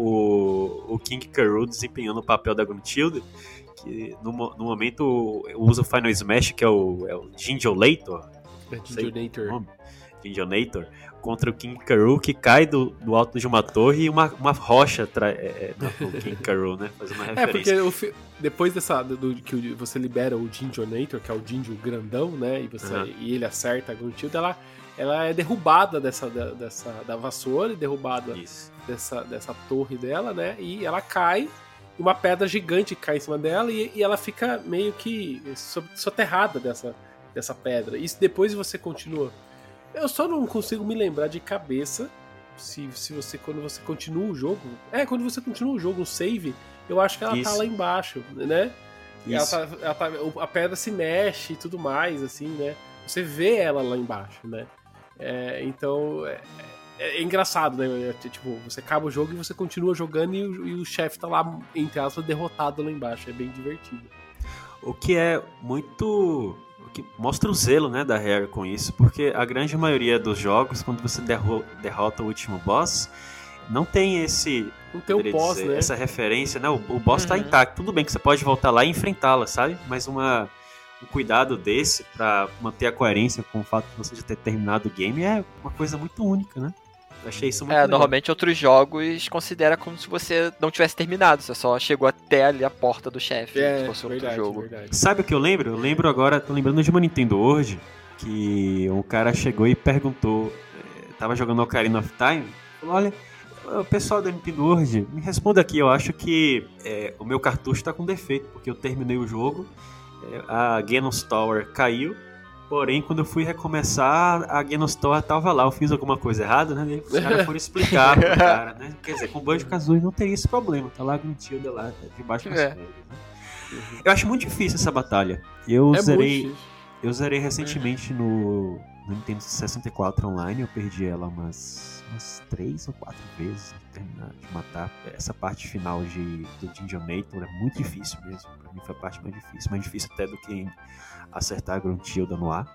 o, o King K. Rool desempenhando o papel da Gruntilda, que no, no momento usa o Final Smash, que é o, é o Jinjolator. É Jinjonator. Jinjonator, contra o King K. Rool, que cai do, do alto de uma torre e uma, uma rocha traz é, é, o King K. Rool, né? Fazendo uma referência. É, porque o, depois dessa, do, que você libera o Jinjonator, que é o Jinjo grandão, né? E, você, uhum. e ele acerta a Gruntilda, ela, ela é derrubada dessa, da, dessa, da vassoura, derrubada dessa, dessa torre dela, né? E ela cai, e uma pedra gigante cai em cima dela, e, e ela fica meio que soterrada dessa, dessa pedra. E depois você continua. Eu só não consigo me lembrar de cabeça se, se você, quando você continua o jogo. É, quando você continua o jogo, o save, eu acho que ela Isso. tá lá embaixo, né? Ela tá, ela tá, a pedra se mexe e tudo mais, assim, né? Você vê ela lá embaixo, né? É, então, é, é, é engraçado, né? Tipo, você acaba o jogo e você continua jogando e o, e o chefe tá lá, entre aspas, derrotado lá embaixo. É bem divertido. O que é muito... que mostra o zelo, né, da Rare com isso, porque a grande maioria dos jogos, quando você derro- derrota o último boss, não tem esse não tem o boss, dizer, né? essa referência, né? O, o boss uhum. tá intacto, tudo bem que você pode voltar lá e enfrentá-la, sabe? Mas uma, um cuidado desse pra manter a coerência com o fato de você já ter terminado o game é uma coisa muito única, né? Eu achei isso muito É, legal. normalmente outros jogos considera como se você não tivesse terminado, você só chegou até ali a porta do chefe, é, se fosse verdade, outro jogo. Verdade. Sabe o que eu lembro? Eu lembro agora, tô lembrando de uma Nintendo World, que um cara chegou e perguntou, eh, tava jogando Ocarina of Time, falou, olha, o pessoal da Nintendo World, me responda aqui, eu acho que é, o meu cartucho tá com defeito, porque eu terminei o jogo, é, a Genos Tower caiu, porém, quando eu fui recomeçar, a Genos Tower tava lá. Eu fiz alguma coisa errada, né? E os caras foram explicar pro cara, né? Quer dizer, com o Banjo-Kazooie não teria esse problema. Tá lá a Gruntilda lá, debaixo das é. pedras, né? Uhum. Eu acho muito difícil essa batalha. Eu é zerei eu zerei recentemente no, no Nintendo sessenta e quatro Online. Eu perdi ela umas, umas três ou quatro vezes de terminar, de matar. Essa parte final de, do Jinjonator é muito difícil mesmo. Pra mim foi a parte mais difícil. Mais difícil até do que acertar a Gruntilda no ar.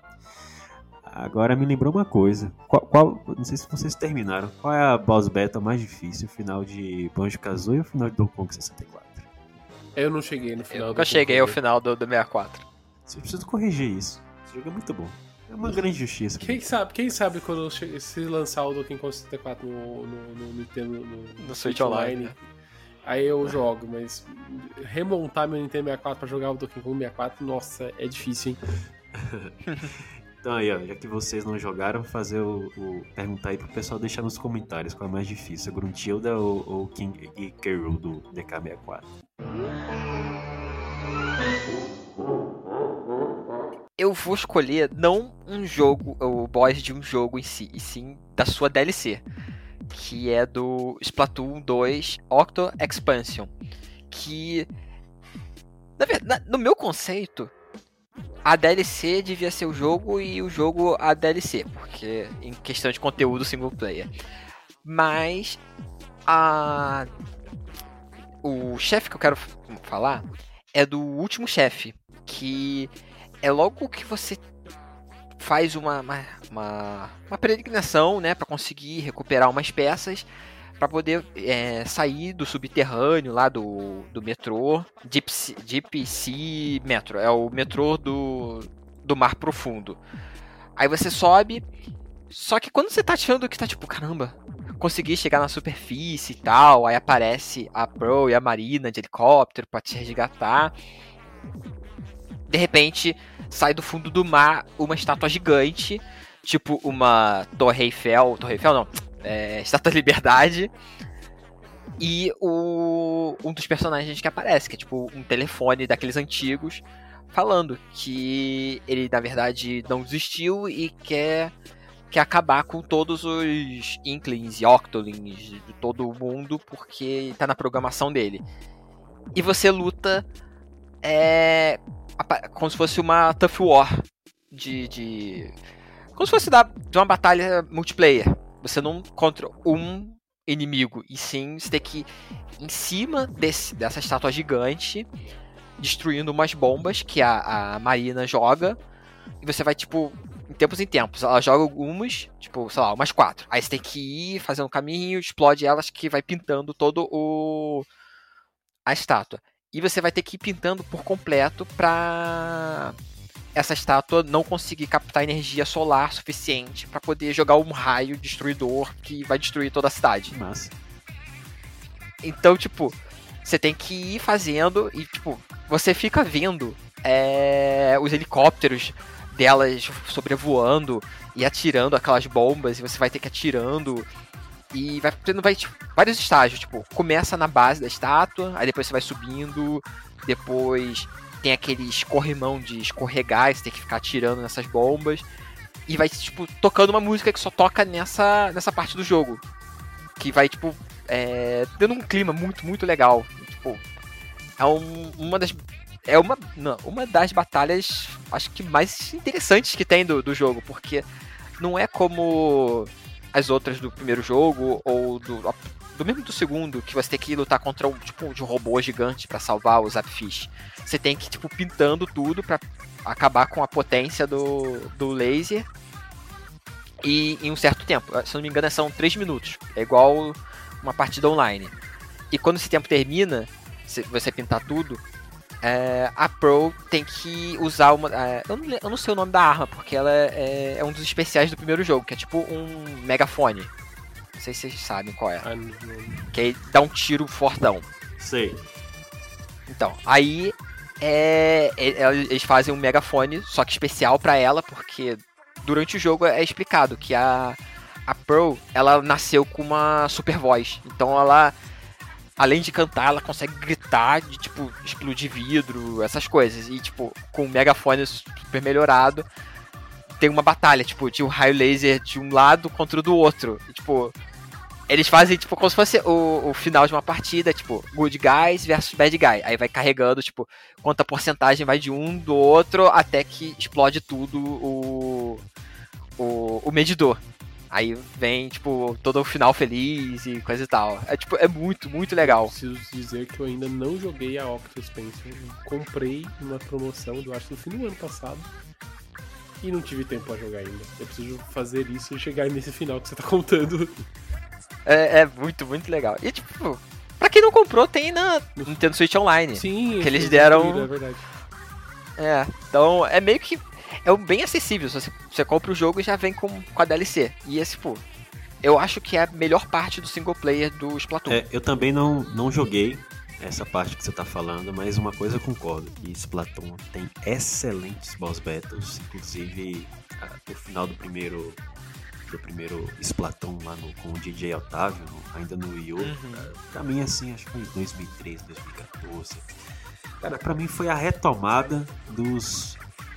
Agora me lembrou uma coisa. Qual, qual, não sei se vocês terminaram. Qual é a boss battle mais difícil? O final de Banjo-Kazooie ou o final de Donkey Kong sessenta e quatro? Eu não cheguei no final. Eu nunca cheguei ao final do, do sessenta e quatro. Você precisa corrigir isso. Esse jogo é muito bom. É uma grande justiça. Quem sabe, quem sabe quando che- se lançar o Donkey Kong sessenta e quatro no, no, no Nintendo no, no, no Switch Online, né? Aí eu jogo, mas remontar meu Nintendo sessenta e quatro pra jogar o Donkey Kong sessenta e quatro, nossa, é difícil, hein? Então aí, ó, já que vocês não jogaram, vou fazer o, o perguntar aí pro pessoal deixar nos comentários qual é mais difícil, Gruntilda ou, ou King e K. Rool do D K sessenta e quatro. Eu vou escolher não um jogo, o boss de um jogo em si, e sim da sua D L C, que é do Splatoon dois Octo Expansion, que na verdade, no meu conceito, a D L C devia ser o jogo e o jogo a D L C, porque em questão de conteúdo single player. Mas a o chefe que eu quero falar é do último chefe, que é logo que você faz uma, uma, uma, uma peregrinação, né, para conseguir recuperar umas peças para poder é, sair do subterrâneo lá do, do metrô Deep, Deep Sea Metro, é o metrô do, do mar profundo. Aí você sobe, só que quando você tá achando que tá tipo, caramba, consegui chegar na superfície e tal, aí aparece a Pearl e a Marina de helicóptero para te resgatar. De repente, sai do fundo do mar uma estátua gigante, tipo uma Torre Eiffel, Torre Eiffel não, é, Estátua da Liberdade, e o o, um dos personagens que aparece, que é tipo um telefone daqueles antigos, falando que ele, na verdade, não desistiu e quer, quer acabar com todos os Inklings e Octolings de todo o mundo, porque tá na programação dele. E você luta é, como se fosse uma Tough War de... de como se fosse da, de uma batalha multiplayer. Você não contra um inimigo, e sim você tem que ir em cima desse, dessa estátua gigante, destruindo umas bombas que a, a Marina joga, e você vai, tipo, em tempos em tempos. Ela joga algumas, tipo, sei lá, umas quatro. Aí você tem que ir fazendo um caminho, explode elas, que vai pintando todo o... a estátua. E você vai ter que ir pintando por completo pra essa estátua não conseguir captar energia solar suficiente pra poder jogar um raio destruidor que vai destruir toda a cidade. Massa. Então, tipo, você tem que ir fazendo e, tipo, você fica vendo é, os helicópteros delas sobrevoando e atirando aquelas bombas, e você vai ter que ir atirando. E vai tendo vai, tipo, vários estágios, tipo, começa na base da estátua, aí depois você vai subindo, depois tem aquele escorrimão de escorregar, você tem que ficar atirando nessas bombas, e vai, tipo, tocando uma música que só toca nessa, nessa parte do jogo, que vai, tipo, é, dando um clima muito, muito legal. Tipo, é um, uma das... É uma, não, uma das batalhas, acho que mais interessantes que tem do, do jogo, porque não é como as outras do primeiro jogo, ou do, do mesmo do segundo, que você tem que lutar contra um, tipo, de um robô gigante pra salvar o Zapfish. Você tem que ir, tipo, pintando tudo pra acabar com a potência do, do laser, e em um certo tempo, se não me engano são três minutos, é igual uma partida online. E quando esse tempo termina, se você pintar tudo, é, a Pearl tem que usar uma... É, eu, não, eu não sei o nome da arma, porque ela é, é um dos especiais do primeiro jogo, que é tipo um megafone. Não sei se vocês sabem qual é. Que aí dá um tiro fortão. Sei. Então, aí é, é, eles fazem um megafone, só que especial pra ela, porque durante o jogo é explicado que a, a Pearl, ela nasceu com uma super voz. Então ela... além de cantar, ela consegue gritar, de, tipo, explodir vidro, essas coisas. E, tipo, com um megafone super melhorado, tem uma batalha, tipo, de um raio laser de um lado contra o do outro. E, tipo, eles fazem, tipo, como se fosse o, o final de uma partida, tipo, good guys versus bad guy. Aí vai carregando, tipo, quanta porcentagem vai de um, do outro, até que explode tudo o, o, o medidor. Aí vem, tipo, todo o final feliz e coisa e tal. É, tipo, é muito, muito legal. Preciso dizer que eu ainda não joguei a Octo Spencer. Eu comprei numa promoção, eu acho, no fim do ano passado. E não tive tempo pra jogar ainda. Eu preciso fazer isso e chegar nesse final que você tá contando. É, é muito, muito legal. E, tipo, pra quem não comprou, tem na Nintendo Switch Online. Sim. Que eles deram... Vida, é verdade. É, então é meio que... é bem acessível. Você, você compra o jogo e já vem com, com a D L C. E esse, pô, eu acho que é a melhor parte do single player do Splatoon. É, eu também não, não joguei essa parte que você tá falando, mas uma coisa eu concordo, que Splatoon tem excelentes boss battles, inclusive a, o final do primeiro do primeiro Splatoon lá no, com o D J Otávio, ainda no Wii U, uhum. pra, pra mim, assim, acho que foi em dois mil e treze, dois mil e quatorze. Cara, pra mim foi a retomada dos...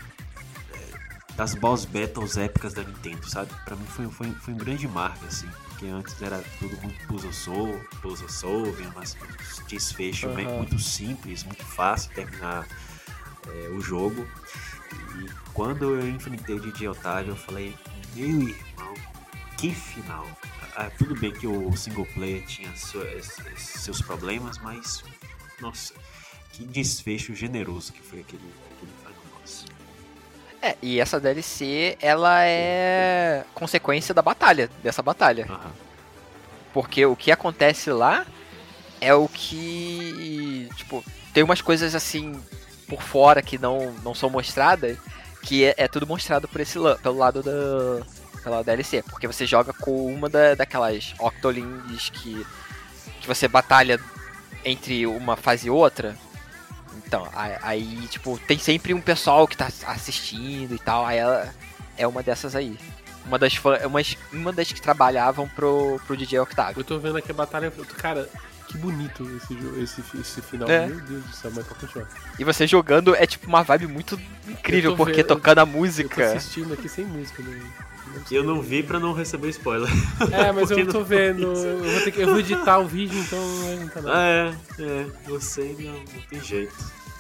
das boss battles épicas da Nintendo, sabe? Pra mim foi, foi, foi um grande marco, assim, porque antes era tudo muito puzzle solve, puzzle solve, mas desfecho uhum. muito simples, muito fácil terminar é, o jogo. E quando eu enfrentei o D J Otávio, eu falei, meu irmão, que final! Ah, tudo bem que o single player tinha seus, seus problemas, mas, nossa, que desfecho generoso que foi aquele, aquele final, nossa. É, e essa D L C, ela é consequência da batalha, dessa batalha. Uhum. Porque o que acontece lá é o que, tipo, tem umas coisas assim por fora que não, não são mostradas, que é, é tudo mostrado por esse, pelo lado da pela D L C. Porque você joga com uma da, daquelas Octolings que, que você batalha entre uma fase e outra. Então, aí, tipo, tem sempre um pessoal que tá assistindo e tal, aí ela é uma dessas aí. Uma das, fã- uma, uma das que trabalhavam pro, pro D J Octavio. Eu tô vendo aqui a batalha. eu tô- Cara, que bonito esse, jo- esse, esse final. É. Meu Deus do céu, mas pode continuar. E você jogando é tipo uma vibe muito incrível, Eu tô porque vendo- tocando a Eu tô música. assistindo aqui sem música, né? Eu não vi pra não receber spoiler. É, mas Porque eu tô não vendo. fiz. Eu vou, ter que, eu vou editar o vídeo, então não vai adiantar nada. Ah, é, é. Você não, não tem jeito.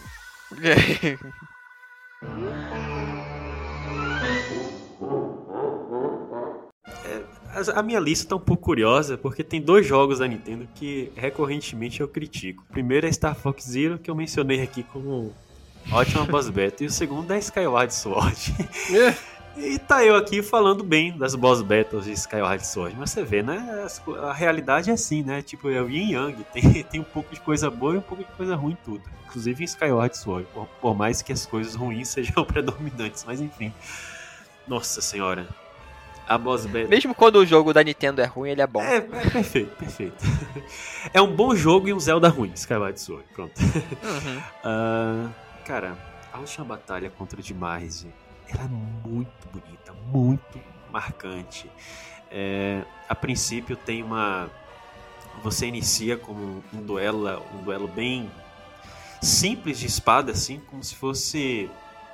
A- A minha lista tá um pouco curiosa, porque tem dois jogos da Nintendo que recorrentemente eu critico. O primeiro é Star Fox Zero, que eu mencionei aqui como ótima boss battle. E o segundo é Skyward Sword. É. E tá eu aqui falando bem das boss battles de Skyward Sword. Mas você vê, né? as co- A realidade é assim, né? Tipo, é o Yin Yang. Tem, tem um pouco de coisa boa e um pouco de coisa ruim em tudo. Inclusive em Skyward Sword. Por, por mais que as coisas ruins sejam predominantes. Mas enfim. Nossa senhora. A boss battle... Mesmo quando o jogo da Nintendo é ruim, ele é bom. É, é perfeito, perfeito. É um bom jogo e um Zelda ruim, Skyward Sword, pronto. Uhum. Ah, cara, a última batalha contra o Dimarge, ela é muito bonita, muito marcante. É, a princípio tem uma... Você inicia com um duelo, um duelo bem simples de espada, assim, como se fosse...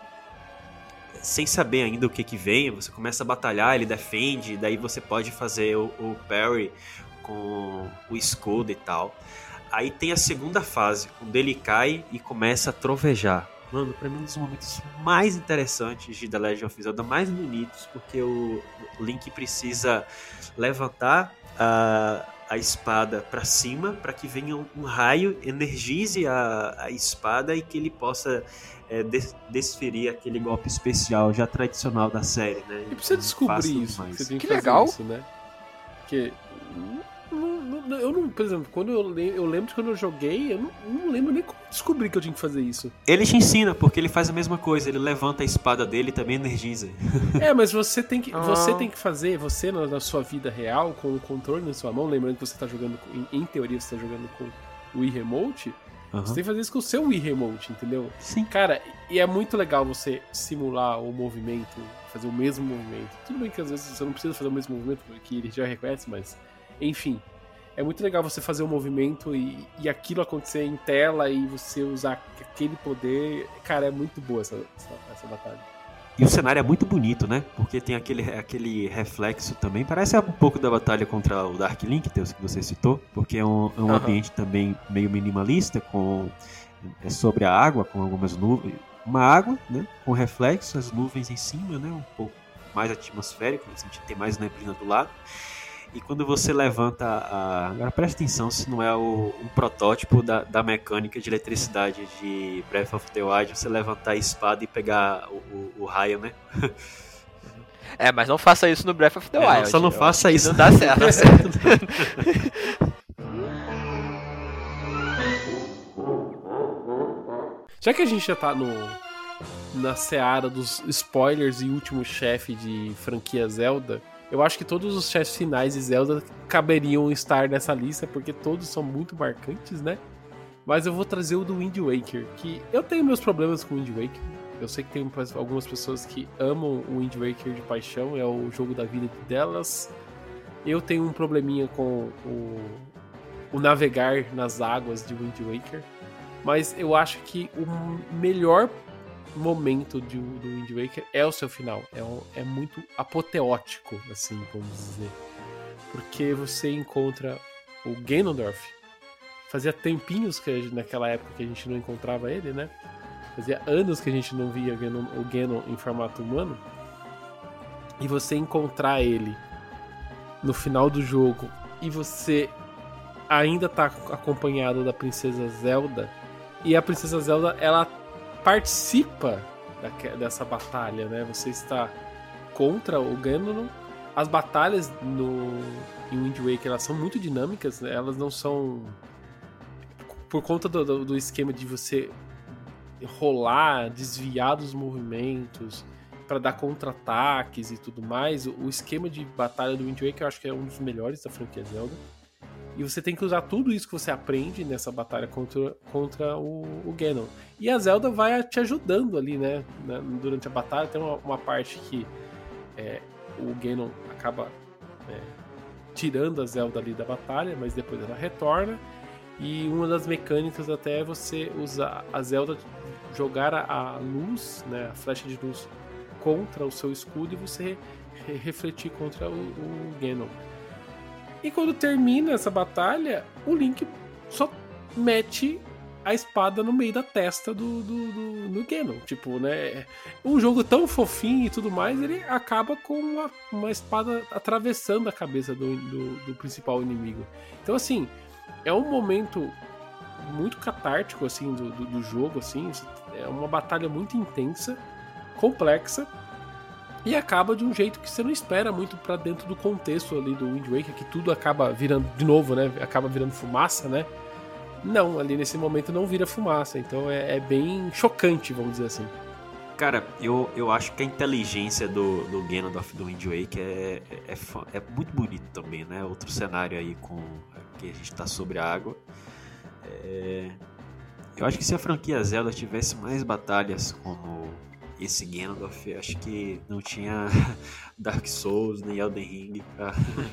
Sem saber ainda o que que vem, você começa a batalhar, ele defende, daí você pode fazer o, o parry com o escudo e tal. Aí tem a segunda fase, quando ele cai e começa a trovejar. Mano, pra mim um dos momentos mais interessantes de The Legend of Zelda, mais bonitos, porque o Link precisa levantar a, a espada pra cima, para que venha um, um raio, energize a, a espada e que ele possa... É, des- desferir aquele golpe especial já tradicional da série, né? E pra você descobrir Fácil isso, demais. você tem que, Que fazer legal. isso, né? Porque. não- não- não- eu não, por exemplo, quando eu, le- eu lembro de quando eu joguei, eu não, não lembro nem como descobrir que eu tinha que fazer isso. Ele te ensina, porque ele faz a mesma coisa, ele levanta a espada dele e também energiza. É, mas você tem que, Ah. você tem que fazer, você na, na sua vida real, com o controle na sua mão, lembrando que você tá jogando, com- em, em teoria, você tá jogando com o Wii Remote, Aham. você tem que fazer isso com o seu Wii Remote, entendeu? Sim. Cara, e é muito legal você simular o movimento, fazer o mesmo movimento. Tudo bem que às vezes você não precisa fazer o mesmo movimento, porque ele já reconhece, mas enfim. É muito legal você fazer o movimento e, e aquilo acontecer em tela e você usar aquele poder. Cara, é muito boa essa, essa, essa batalha. E o cenário é muito bonito, né? Porque tem aquele, aquele reflexo também. Parece um pouco da batalha contra o Dark Link, Deus, que você citou. Porque é um, é um Aham. ambiente também meio minimalista, com é sobre a água, com algumas nuvens. Uma água, né? Com reflexo, as nuvens em cima, né? Um pouco mais atmosférico, no sentido de ter mais neblina do lado. E quando você levanta a... Agora presta atenção se não é o, um protótipo da, da mecânica de eletricidade de Breath of the Wild, você levantar a espada e pegar o, o, o raio, né? É, mas não faça isso no Breath of the É, não, Wild. só não Eu faça acho que isso. Não dá certo. Não dá certo. Já que a gente já tá no, na seara dos spoilers e último chefe de franquia Zelda, eu acho que todos os chefes finais de Zelda caberiam estar nessa lista, porque todos são muito marcantes, né? Mas eu vou trazer o do Wind Waker, que eu tenho meus problemas com o Wind Waker. Eu sei que tem algumas pessoas que amam o Wind Waker de paixão, é o jogo da vida delas. Eu tenho um probleminha com o, o navegar nas águas de Wind Waker. Mas eu acho que o melhor momento de, do Wind Waker é o seu final. É, um, é muito apoteótico, assim, vamos dizer. Porque você encontra o Ganondorf. Fazia tempinhos que a gente, naquela época que a gente não encontrava ele, né? Fazia anos que a gente não via Ganon, o Ganon em formato humano. E você encontrar ele no final do jogo e você ainda tá acompanhado da Princesa Zelda. E a Princesa Zelda, ela participa da, dessa batalha, né? Você está contra o Ganon. As batalhas no, em Wind Waker, elas são muito dinâmicas, né? Elas não são... Por conta do, do, do esquema de você rolar, desviar dos movimentos para dar contra-ataques e tudo mais, o, o esquema de batalha do Wind Waker eu acho que é um dos melhores da franquia Zelda. E você tem que usar tudo isso que você aprende nessa batalha contra, contra o, o Ganon. E a Zelda vai te ajudando ali, né? Na, durante a batalha tem uma, uma parte que é, o Ganon acaba é, tirando a Zelda ali da batalha, mas depois ela retorna. E uma das mecânicas até é você usar a Zelda, jogar a luz, né, a flecha de luz contra o seu escudo e você re refletir contra o, o Ganon. E quando termina essa batalha, o Link só mete a espada no meio da testa do, do, do, do Ganon. Tipo, né? Um jogo tão fofinho e tudo mais, ele acaba com uma, uma espada atravessando a cabeça do, do, do principal inimigo. Então, assim, é um momento muito catártico, assim, do, do, do jogo, assim. É uma batalha muito intensa, complexa, e acaba de um jeito que você não espera muito pra dentro do contexto ali do Wind Waker, que tudo acaba virando, de novo, né? Acaba virando fumaça, né? Não, ali nesse momento não vira fumaça, então é, é bem chocante, vamos dizer assim. Cara, eu, eu acho que a inteligência do, do Ganondorf do Wind Waker é, é, é, é muito bonito também, né? Outro cenário aí com que a gente tá sobre a água. É, eu acho que se a franquia Zelda tivesse mais batalhas como esse Ganondorf, eu acho que não tinha Dark Souls nem Elden Ring pra...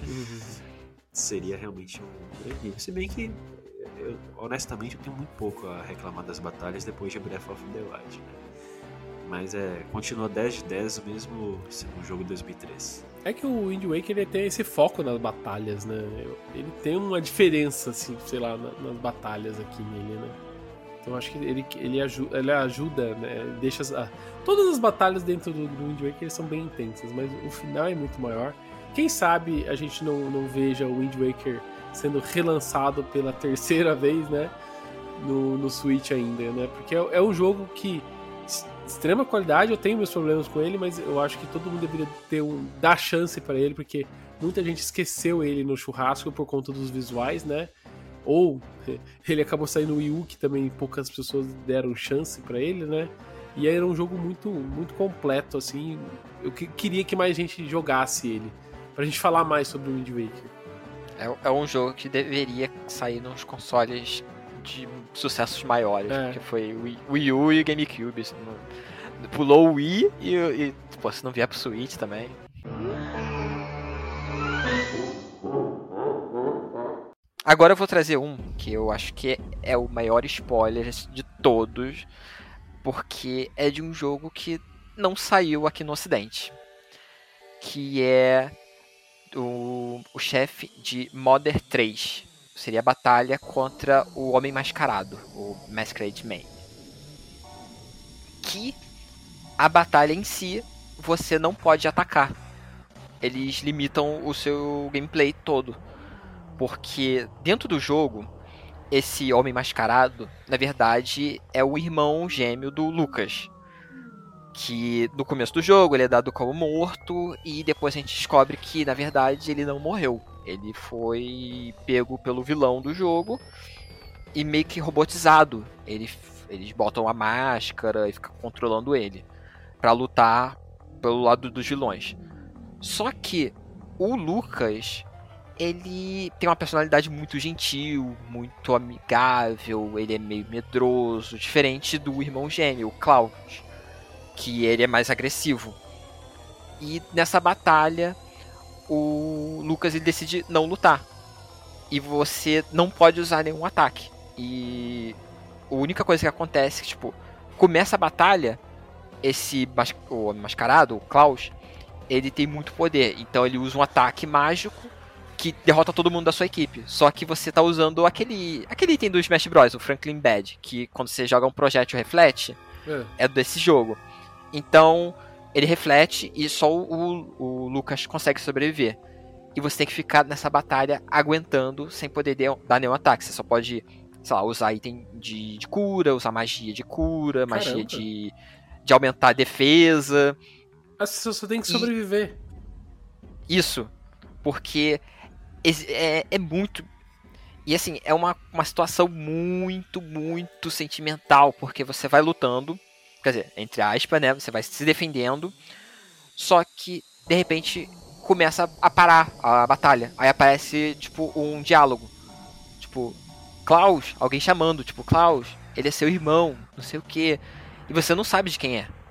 seria realmente um grande nível. Se bem que eu, honestamente eu tenho muito pouco a reclamar das batalhas depois de Breath of the Wild, né? Mas é, continua dez de dez mesmo sendo um jogo de dois mil e três. É que o Wind Waker ele tem esse foco nas batalhas, né? Ele tem uma diferença, assim, sei lá, nas batalhas aqui nele, né? Então eu acho que ele, ele, ajuda, ele ajuda, né? Deixa as, ah, todas as batalhas dentro do, do Wind Waker são bem intensas, mas o final é muito maior. Quem sabe a gente não, não veja o Wind Waker sendo relançado pela terceira vez, né? No, no Switch ainda, né? Porque é, é um jogo que extrema qualidade, eu tenho meus problemas com ele, mas eu acho que todo mundo deveria ter um, dar chance pra ele, porque muita gente esqueceu ele no churrasco por conta dos visuais, né? Ou ele acabou saindo no Wii U, que também poucas pessoas deram chance pra ele, né? E aí era um jogo muito, muito completo, assim. Eu que, queria que mais gente jogasse ele, pra gente falar mais sobre o Wind Waker. É, é um jogo que deveria sair nos consoles de sucessos maiores, é. Porque foi o Wii, Wii U e o GameCube. Assim, não, pulou o Wii e, e pô, se não vier pro Switch também. Agora eu vou trazer um que eu acho que é o maior spoiler de todos, porque é de um jogo que não saiu aqui no Ocidente, que é o, o chefe de Mother três. Seria a batalha contra o Homem Mascarado, o Masquerade Man. Que a batalha em si você não pode atacar. Eles limitam o seu gameplay todo. Porque dentro do jogo, esse Homem Mascarado, na verdade, é o irmão gêmeo do Lucas. Que no começo do jogo ele é dado como morto e depois a gente descobre que, na verdade, ele não morreu. Ele foi pego pelo vilão do jogo e meio que robotizado. Ele, eles botam a máscara e ficam controlando ele pra lutar pelo lado dos vilões. Só que o Lucas, ele tem uma personalidade muito gentil, muito amigável, ele é meio medroso, diferente do irmão gêmeo, o Cloud, que ele é mais agressivo. E nessa batalha, o Lucas ele decide não lutar. E você não pode usar nenhum ataque. E a única coisa que acontece é que, tipo, começa a batalha, esse mas... o mascarado, o Klaus, ele tem muito poder. Então ele usa um ataque mágico que derrota todo mundo da sua equipe. Só que você tá usando aquele, aquele item do Smash Bros, o Franklin Badge, que quando você joga um projétil reflete, é, é desse jogo. Então ele reflete e só o, o Lucas consegue sobreviver. E você tem que ficar nessa batalha aguentando sem poder de, dar nenhum ataque. Você só pode, sei lá, usar item de, de cura, usar magia de cura, Caramba. magia de, de aumentar a defesa. Você só tem que sobreviver. E, isso, porque é, é muito... E assim, é uma, uma situação muito, muito sentimental, porque você vai lutando, quer dizer, entre aspas, né, você vai se defendendo, só que, de repente, começa a parar a batalha. Aí aparece, tipo, um diálogo. Tipo, Klaus, alguém chamando, tipo, Klaus, ele é seu irmão, não sei o quê. E você não sabe de quem é.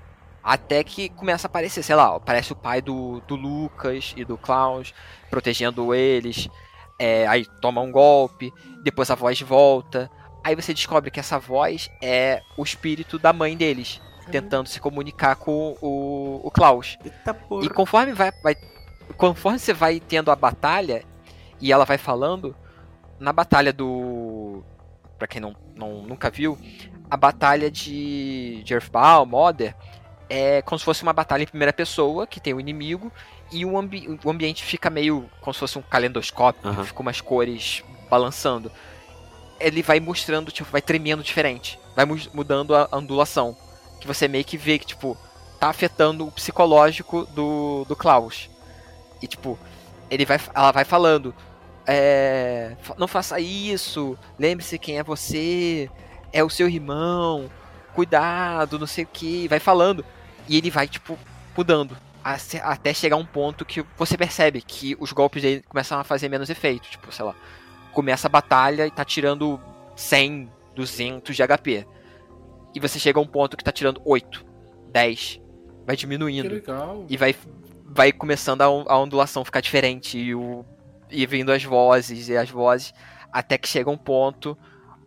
Até que começa a aparecer, sei lá, aparece o pai do, do Lucas e do Klaus, protegendo eles. É, aí toma um golpe, depois a voz volta. Aí você descobre que essa voz é o espírito da mãe deles, tentando se comunicar com o, o Klaus. Eita porra. E conforme vai, vai, conforme você vai tendo a batalha, e ela vai falando, na batalha do... Pra quem não, não, nunca viu, a batalha de, de Earthbound, Mother, é como se fosse uma batalha em primeira pessoa, que tem o inimigo, e o, ambi- o ambiente fica meio como se fosse um calendoscópio, Uhum. fica umas cores balançando. Ele vai mostrando, tipo, vai tremendo diferente, vai mu- mudando a ondulação, que você meio que vê que, tipo, tá afetando o psicológico do, do Klaus. E, tipo, ele vai, ela vai falando, é, não faça isso, lembre-se quem é você, é o seu irmão, cuidado, não sei o que, vai falando. E ele vai, tipo, mudando, até chegar um ponto que você percebe que os golpes dele começam a fazer menos efeito. Tipo, sei lá, começa a batalha e tá tirando cem, duzentos de H P. E você chega a um ponto que tá tirando oito, dez, vai Que diminuindo. legal. E vai, vai começando a, on- a ondulação ficar diferente. E, o, e vindo as vozes e as vozes. Até que chega um ponto,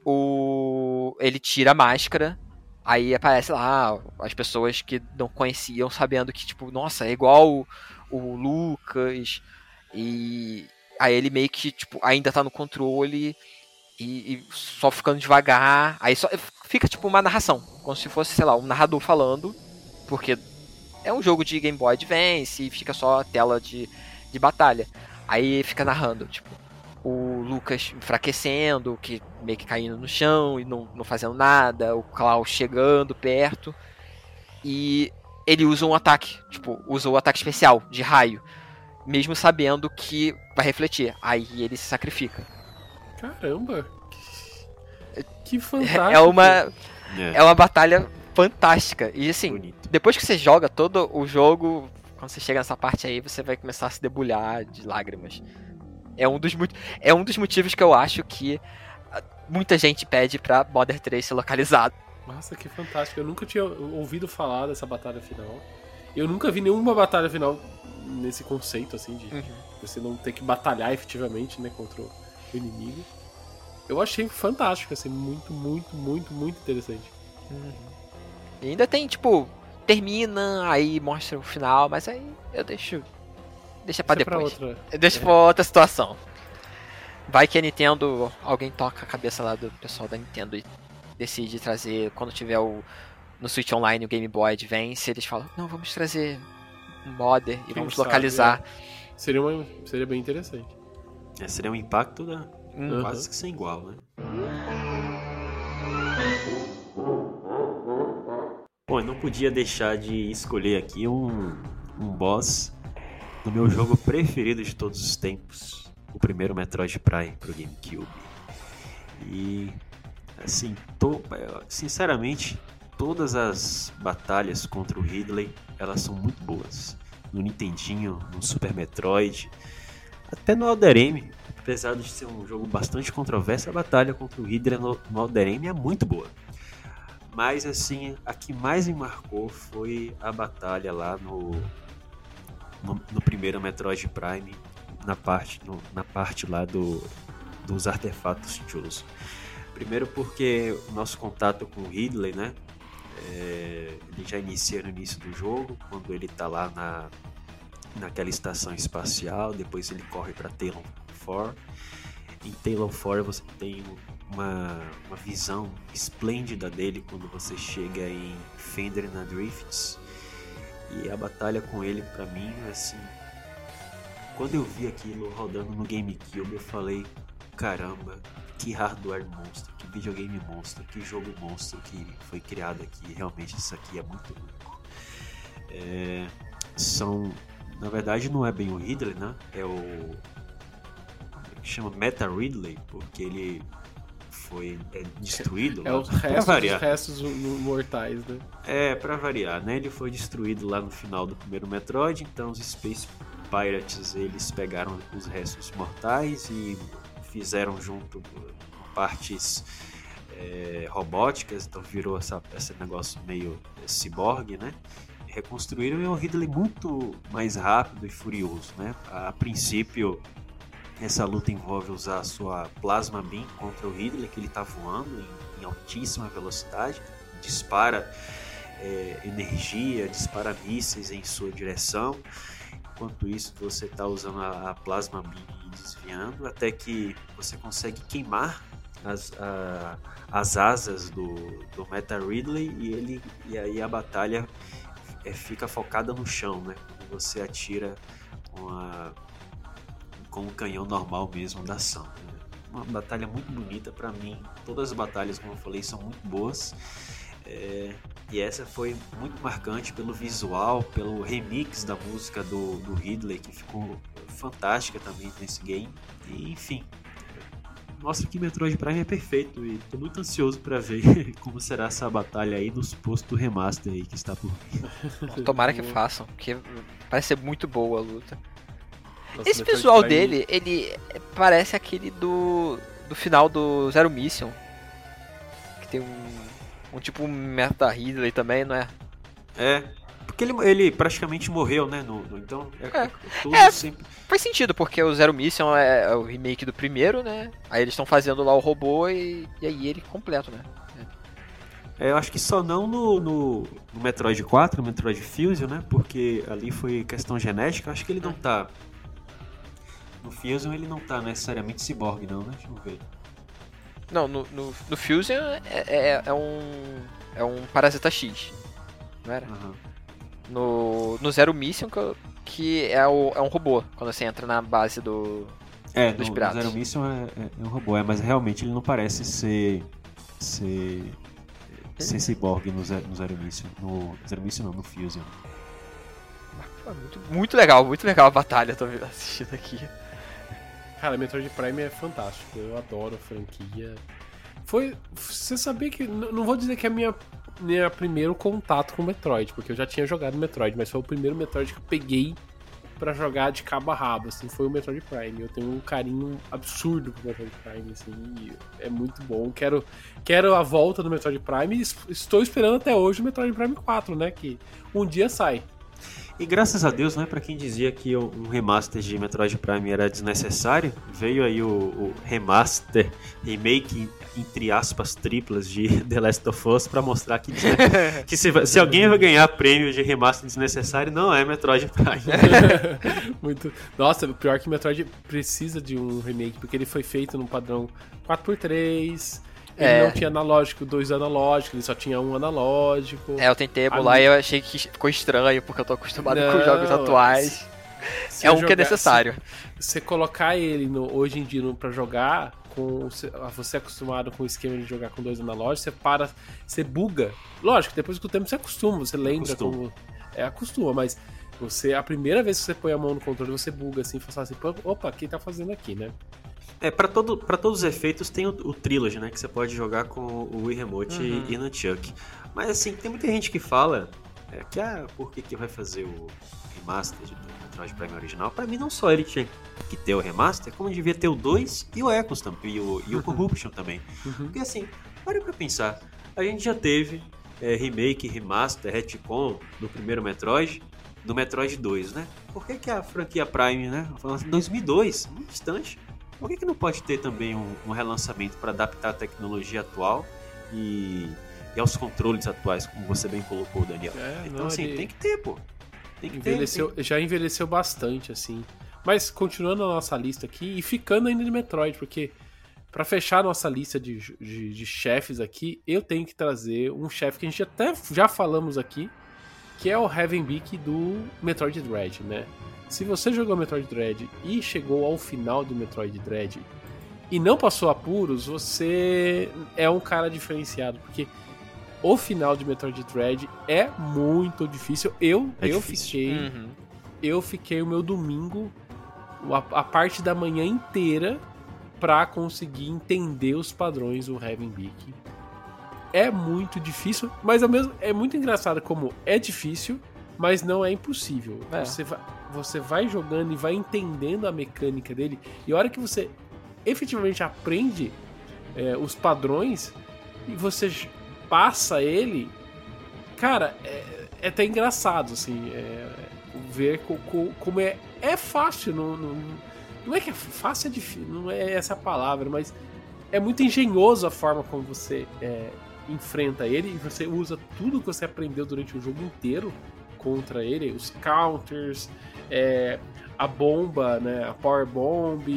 o, ele tira a máscara. Aí aparece lá as pessoas que não conheciam, sabendo que, tipo, nossa, é igual o, o Lucas. E aí ele meio que, tipo, ainda tá no controle. E, e só ficando devagar. Aí só fica, tipo, uma narração. Como se fosse, sei lá, um narrador falando. Porque é um jogo de Game Boy Advance e fica só a tela de, de batalha. Aí fica narrando, tipo, o Lucas enfraquecendo, que meio que caindo no chão e não, não fazendo nada, o Klaus chegando perto. E ele usa um ataque, tipo, usa o ataque especial de raio, mesmo sabendo que vai refletir. Aí ele se sacrifica. Caramba. Que fantástico. É uma, É, é uma batalha fantástica. E assim, bonito. depois que você joga todo o jogo, quando você chega nessa parte aí, você vai começar a se debulhar de lágrimas. É um dos, mo- é um dos motivos que eu acho que ah, muita gente pede pra Modern três ser localizado. Nossa, que fantástico. Eu nunca tinha ouvido falar dessa batalha final. Eu nunca vi nenhuma batalha final nesse conceito, assim, de Uhum. você não ter que batalhar efetivamente, né, contra o inimigo. Eu achei fantástico, assim, muito, muito, muito, muito interessante. E ainda tem, tipo, termina, aí mostra o final, mas aí eu deixo. Deixa pra Deixa pra depois. outra. Eu deixo pra outra situação. Vai que a Nintendo, alguém toca a cabeça lá do pessoal da Nintendo e decide trazer, quando tiver o no Switch Online o Game Boy Advance, eles falam, não, vamos trazer um modder e Quem vamos sabe, localizar. Seria, uma, seria bem interessante. É, seria um impacto da, Hum. quase que sem igual, né? Bom, eu não podia deixar de escolher aqui um, um boss do meu jogo preferido de todos os tempos, o primeiro Metroid Prime pro GameCube. E assim, tô, sinceramente, todas as batalhas contra o Ridley, elas são muito boas. No Nintendinho, no Super Metroid, até no Other M, apesar de ser um jogo bastante controverso, a batalha contra o Ridley no, no Other M é muito boa. Mas assim, a que mais me marcou foi a batalha lá no, no, no primeiro Metroid Prime, na parte, no, na parte lá do, dos artefatos Chozo. Primeiro porque o nosso contato com o Ridley, né? É, ele já inicia no início do jogo, quando ele tá lá na, naquela estação espacial, depois ele corre para Talon quatro. Em Talon quatro você tem uma, uma visão esplêndida dele quando você chega em Fender na Drifts. E a batalha com ele, pra mim, assim, quando eu vi aquilo rodando no GameCube, eu falei, caramba, que hardware monstro, que videogame monstro, que jogo monstro que foi criado aqui. Realmente isso aqui é muito único. É, são, na verdade não é bem o Ridley, né? É o que chama Meta Ridley, porque ele foi é, destruído. É lá, os pra restos, variar. os restos no- mortais, né? É, pra variar, né? Ele foi destruído lá no final do primeiro Metroid, então os Space Pirates, eles pegaram os restos mortais e fizeram junto partes é, robóticas, então virou essa, esse negócio meio ciborgue, né? reconstruíram o Ridley muito mais rápido e furioso, né? A princípio, essa luta envolve usar a sua Plasma Beam contra o Ridley, que ele está voando em, em altíssima velocidade, dispara é, energia, dispara mísseis em sua direção. Enquanto isso, você está usando a, a Plasma Beam e desviando, até que você consegue queimar as, a, as asas do, do Meta Ridley e, ele, e aí a batalha é, fica focada no chão, né? Você atira com, a, com o canhão normal mesmo da ação. Né? Uma batalha muito bonita para mim. Todas as batalhas, como eu falei, são muito boas. É, e essa foi muito marcante pelo visual, pelo remix da música do, do Ridley, que ficou fantástica também nesse game. E, enfim, mostra que Metroid Prime é perfeito e tô muito ansioso para ver como será essa batalha aí no suposto remaster aí que está por vir. Tomara que façam, porque parece ser muito boa a luta. Nossa, Esse Metroid visual Prime- dele, ele parece aquele do, do final do Zero Mission, que tem um, um tipo Meta Ridley também, não é? É, porque ele, ele praticamente morreu, né? No, no- então, é, É. é tudo É. sempre... Faz sentido, porque o Zero Mission é, é o remake do primeiro, né? Aí eles estão fazendo lá o robô e, e aí ele completo, né? É, eu acho que só não no, no, no Metroid quatro, no Metroid Fusion, né? Porque ali foi questão genética. Eu acho que ele não tá... No Fusion ele não tá necessariamente ciborgue, não, né? Deixa eu ver. Não, no, no, no Fusion é, é, é um. É um Parasita X. Não era? Aham. No, no Zero Mission, que, eu- que é, o, é um robô, quando você entra na base do. É, Dos no, no piratas. Zero Mission é, é- é um robô, é, mas realmente ele não parece ser... Ser... Ser ciborgue no, Ze- no Zero Mission. No Zero Mission não, no Fusion. É muito, muito legal, muito legal a batalha, tô assistindo aqui. Cara, Metroid Prime é fantástico. Eu adoro a franquia. Foi. Você sabia que. n- Não vou dizer que é minha, minha primeiro contato com Metroid, porque eu já tinha jogado Metroid, mas foi o primeiro Metroid que eu peguei pra jogar de cabo a rabo, assim, foi o Metroid Prime. Eu tenho um carinho absurdo pro Metroid Prime, assim, e é muito bom. Quero, quero a volta do Metroid Prime e es- estou esperando até hoje o Metroid Prime quatro, né, que um dia sai. E graças a Deus, né, pra quem dizia que o- um remaster de Metroid Prime era desnecessário, veio aí o, o remaster, remake, entre aspas, triplas de The Last of Us pra mostrar que, desne- que se, vai- se alguém vai ganhar prêmio de remaster desnecessário, não é Metroid Prime. Muito. Nossa, pior que Metroid precisa de um remake, porque ele foi feito num padrão quatro por três. Ele É. não tinha analógico, dois analógicos, ele só tinha um analógico. É, eu tentei emular A e eu achei que ficou estranho, porque eu tô acostumado com Não, os jogos atuais. Se É um que jogar- é necessário. Se você colocar ele no- hoje em dia no, pra jogar, com você você é acostumado com o esquema de jogar com dois analógicos, você para, você buga. Lógico, depois com o tempo você acostuma, você lembra Acostuma. como. É, acostuma, mas você, a primeira vez que você põe a mão no controle, você buga assim, fala assim, "Pô, opa, o que tá fazendo aqui, né? É, pra, todo, pra todos os efeitos tem o, o Trilogy, né, que você pode jogar com o Wii Remote Uhum. e, e no Chuck. Mas assim, tem muita gente que fala é, que, ah, por que que vai fazer o remaster de- do Metroid Prime original? Pra mim não só ele tinha que ter o remaster, como devia ter o dois e o Echoes também, e o, e o Corruption também. Uhum. Porque assim, para pra pensar, a gente já teve é, remake, remaster, retcon do primeiro Metroid, do Metroid dois, né? Por que que a franquia Prime, né, falando em dois mil e dois, muito distante, por que que não pode ter também um, um relançamento para adaptar a tecnologia atual e, e aos controles atuais, como você bem colocou, Daniel? É, Então não, assim, ele- tem que ter, pô. Tem que Envelheceu, ter. já envelheceu bastante, assim. Mas continuando a nossa lista aqui e ficando ainda de Metroid, porque pra fechar a nossa lista de, de, de chefes aqui, eu tenho que trazer um chefe que a gente até já falamos aqui, que é o Heaven Beak do Metroid Dread, né? Se você jogou Metroid Dread e chegou ao final do Metroid Dread e não passou apuros, você é um cara diferenciado, porque o final de Metroid Dread é muito difícil. Eu, É eu difícil. fiquei Uhum. eu fiquei o meu domingo, a, a parte da manhã inteira, pra conseguir entender os padrões do Heaven Beak. É muito difícil, mas ao mesmo é muito engraçado como é difícil, mas não é impossível. É. Você, vai, você vai jogando e vai entendendo a mecânica dele, e a hora que você efetivamente aprende é, os padrões e você j- passa ele, cara, é, é até engraçado, assim, é, ver co, co, como é, é fácil, não, não, não é que é fácil, é difícil, não é essa a palavra, mas é muito engenhoso a forma como você é, enfrenta ele e você usa tudo que você aprendeu durante o jogo inteiro contra ele, os counters, é, a bomba, né, a power bomb,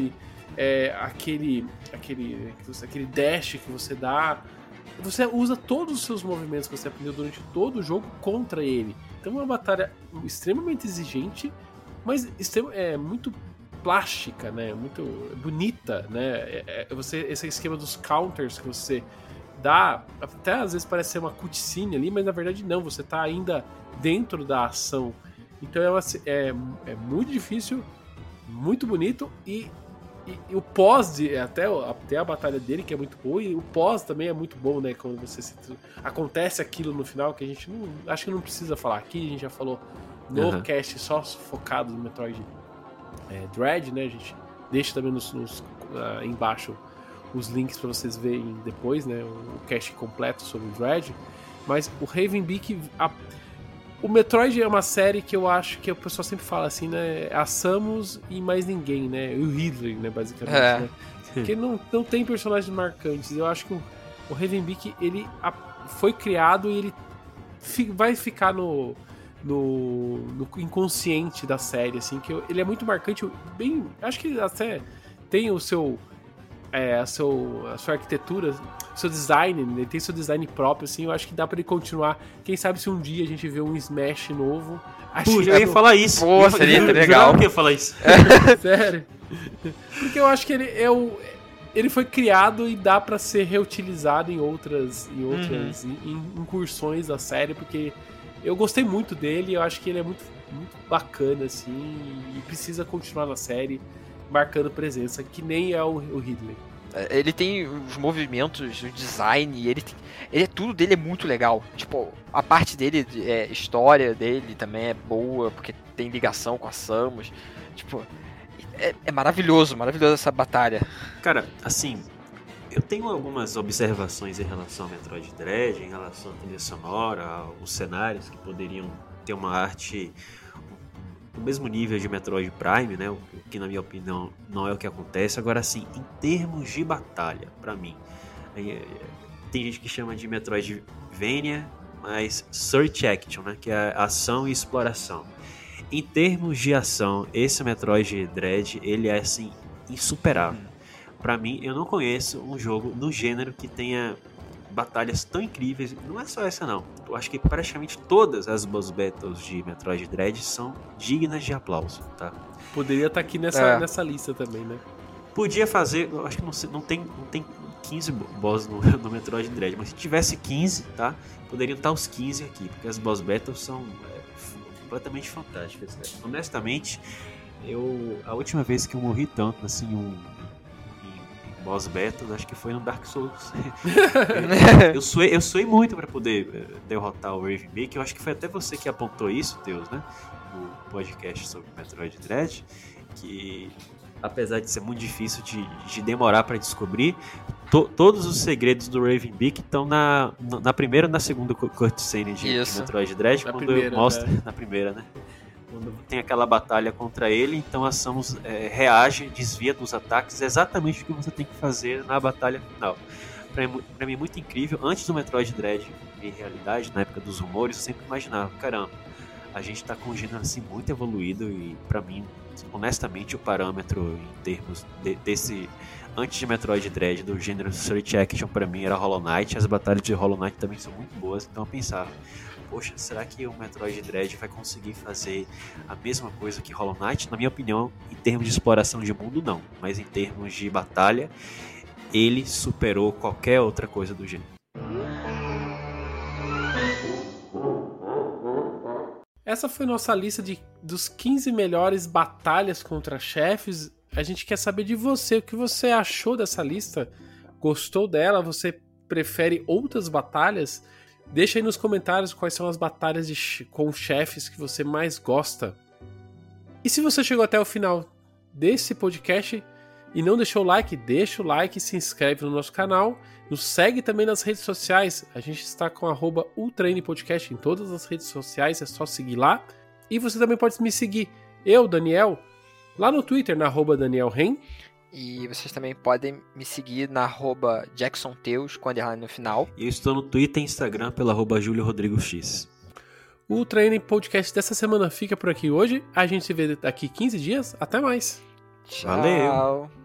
é, aquele, aquele, aquele dash que você dá. Você usa todos os seus movimentos que você aprendeu durante todo o jogo contra ele. Então é uma batalha extremamente exigente, mas é muito plástica, né? Muito bonita, né? É, é, você, esse esquema dos counters que você dá, até às vezes parece ser uma cutscene ali, mas na verdade não, você tá ainda dentro da ação. Então é, uma, é, é muito difícil, muito bonito e E, e o pós, de, até, até a batalha dele, que é muito boa, e o pós também é muito bom, né? Quando você se, acontece aquilo no final, que a gente não, acho que não precisa falar aqui, a gente já falou no uhum. cast só focado no Metroid é, Dread, né? A gente deixa também nos, nos, uh, embaixo os links para vocês verem depois, né? O, o cast completo sobre o Dread. Mas o Raven Beak, a, o Metroid é uma série que eu acho que o pessoal sempre fala assim, né? A Samus e mais ninguém, né? E o Ridley, né? Basicamente, é. né? Porque não, não tem personagens marcantes. Eu acho que o, o Raven Beak, ele a, foi criado e ele fi, vai ficar no, no, no inconsciente da série, assim, que eu, ele é muito marcante, bem... Acho que até tem o seu... É, a, seu, a sua arquitetura, seu design, ele tem seu design próprio, assim, eu acho que dá pra ele continuar. Quem sabe se um dia a gente vê um Smash novo. Puxa, eu ia falar isso. Pô, eu seria eu, legal. Eu que ia falar isso. Sério. Porque eu acho que ele é o... Ele foi criado e dá pra ser reutilizado em outras, em outras uhum. in, in, incursões da série, porque eu gostei muito dele, eu acho que ele é muito, muito bacana, assim, e precisa continuar na série, marcando presença, que nem é o, o Ridley. Ele tem os movimentos, o design, ele, tem, ele tudo dele é muito legal. Tipo, a parte dele, é, história dele também é boa, porque tem ligação com a Samus. Tipo, é, é maravilhoso, maravilhoso essa batalha. Cara, assim, eu tenho algumas observações em relação ao Metroid Dread, em relação à trilha sonora, aos cenários que poderiam ter uma arte do mesmo nível de Metroid Prime, né? O que na minha opinião não é o que acontece. Agora sim, em termos de batalha, pra mim, tem gente que chama de Metroidvania, mas Search Action, né? Que é ação e exploração. Em termos de ação, esse Metroid Dread, ele é assim, insuperável. Pra mim, eu não conheço um jogo no gênero que tenha batalhas tão incríveis. Não é só essa não, eu acho que praticamente todas as boss battles de Metroid Dread são dignas de aplauso, tá? Poderia estar aqui nessa, é. nessa lista também, né? Podia fazer, eu acho que não, não, tem, não tem quinze boss no, no Metroid Dread, mas se tivesse quinze, tá? Poderiam estar os quinze aqui, porque as boss battles são é, completamente fantásticas, né? Honestamente, eu, a última vez que eu morri tanto, assim, um boss battle, acho que foi no Dark Souls. eu, suei, eu suei muito pra poder derrotar o Raven Beak. Eu acho que foi até você que apontou isso, Deus, né? No podcast sobre Metroid Dread, que apesar de ser muito difícil de, de demorar pra descobrir, to, todos os segredos do Raven Beak estão na, na primeira e na segunda cutscene de, de Metroid Dread, na quando primeira, mostra né? na primeira, né? Quando tem aquela batalha contra ele, então a Samus é, reage, desvia dos ataques, exatamente o que você tem que fazer na batalha final. Pra, pra mim é muito incrível. Antes do Metroid Dread em realidade, na época dos rumores, eu sempre imaginava, caramba, a gente tá com um gênero assim muito evoluído e pra mim, honestamente, o parâmetro em termos de, desse, antes de Metroid Dread, do gênero Search Action pra mim era Hollow Knight. As batalhas de Hollow Knight também são muito boas, então eu pensava, poxa, será que o Metroid Dread vai conseguir fazer a mesma coisa que Hollow Knight? Na minha opinião, em termos de exploração de mundo, não. Mas em termos de batalha, ele superou qualquer outra coisa do gênero. Essa foi nossa lista de, dos quinze melhores batalhas contra chefes. A gente quer saber de você, o que você achou dessa lista? Gostou dela? Você prefere outras batalhas? Deixa aí nos comentários quais são as batalhas de, com chefes que você mais gosta. E se você chegou até o final desse podcast, E não deixou o like? Deixa o like, se inscreve no nosso canal, nos segue também nas redes sociais. A gente está com arroba Ultra N Podcast em todas as redes sociais, é só seguir lá. E você também pode me seguir, eu, Daniel, lá no Twitter, na arroba Daniel Ren. E vocês também podem me seguir na arroba Jackson Teus, com underline no final. E eu estou no Twitter e Instagram pela arroba Júlio Rodrigo X. O Ultra N Podcast dessa semana fica por aqui hoje. A gente se vê daqui quinze dias. Até mais. Tchau. Valeu.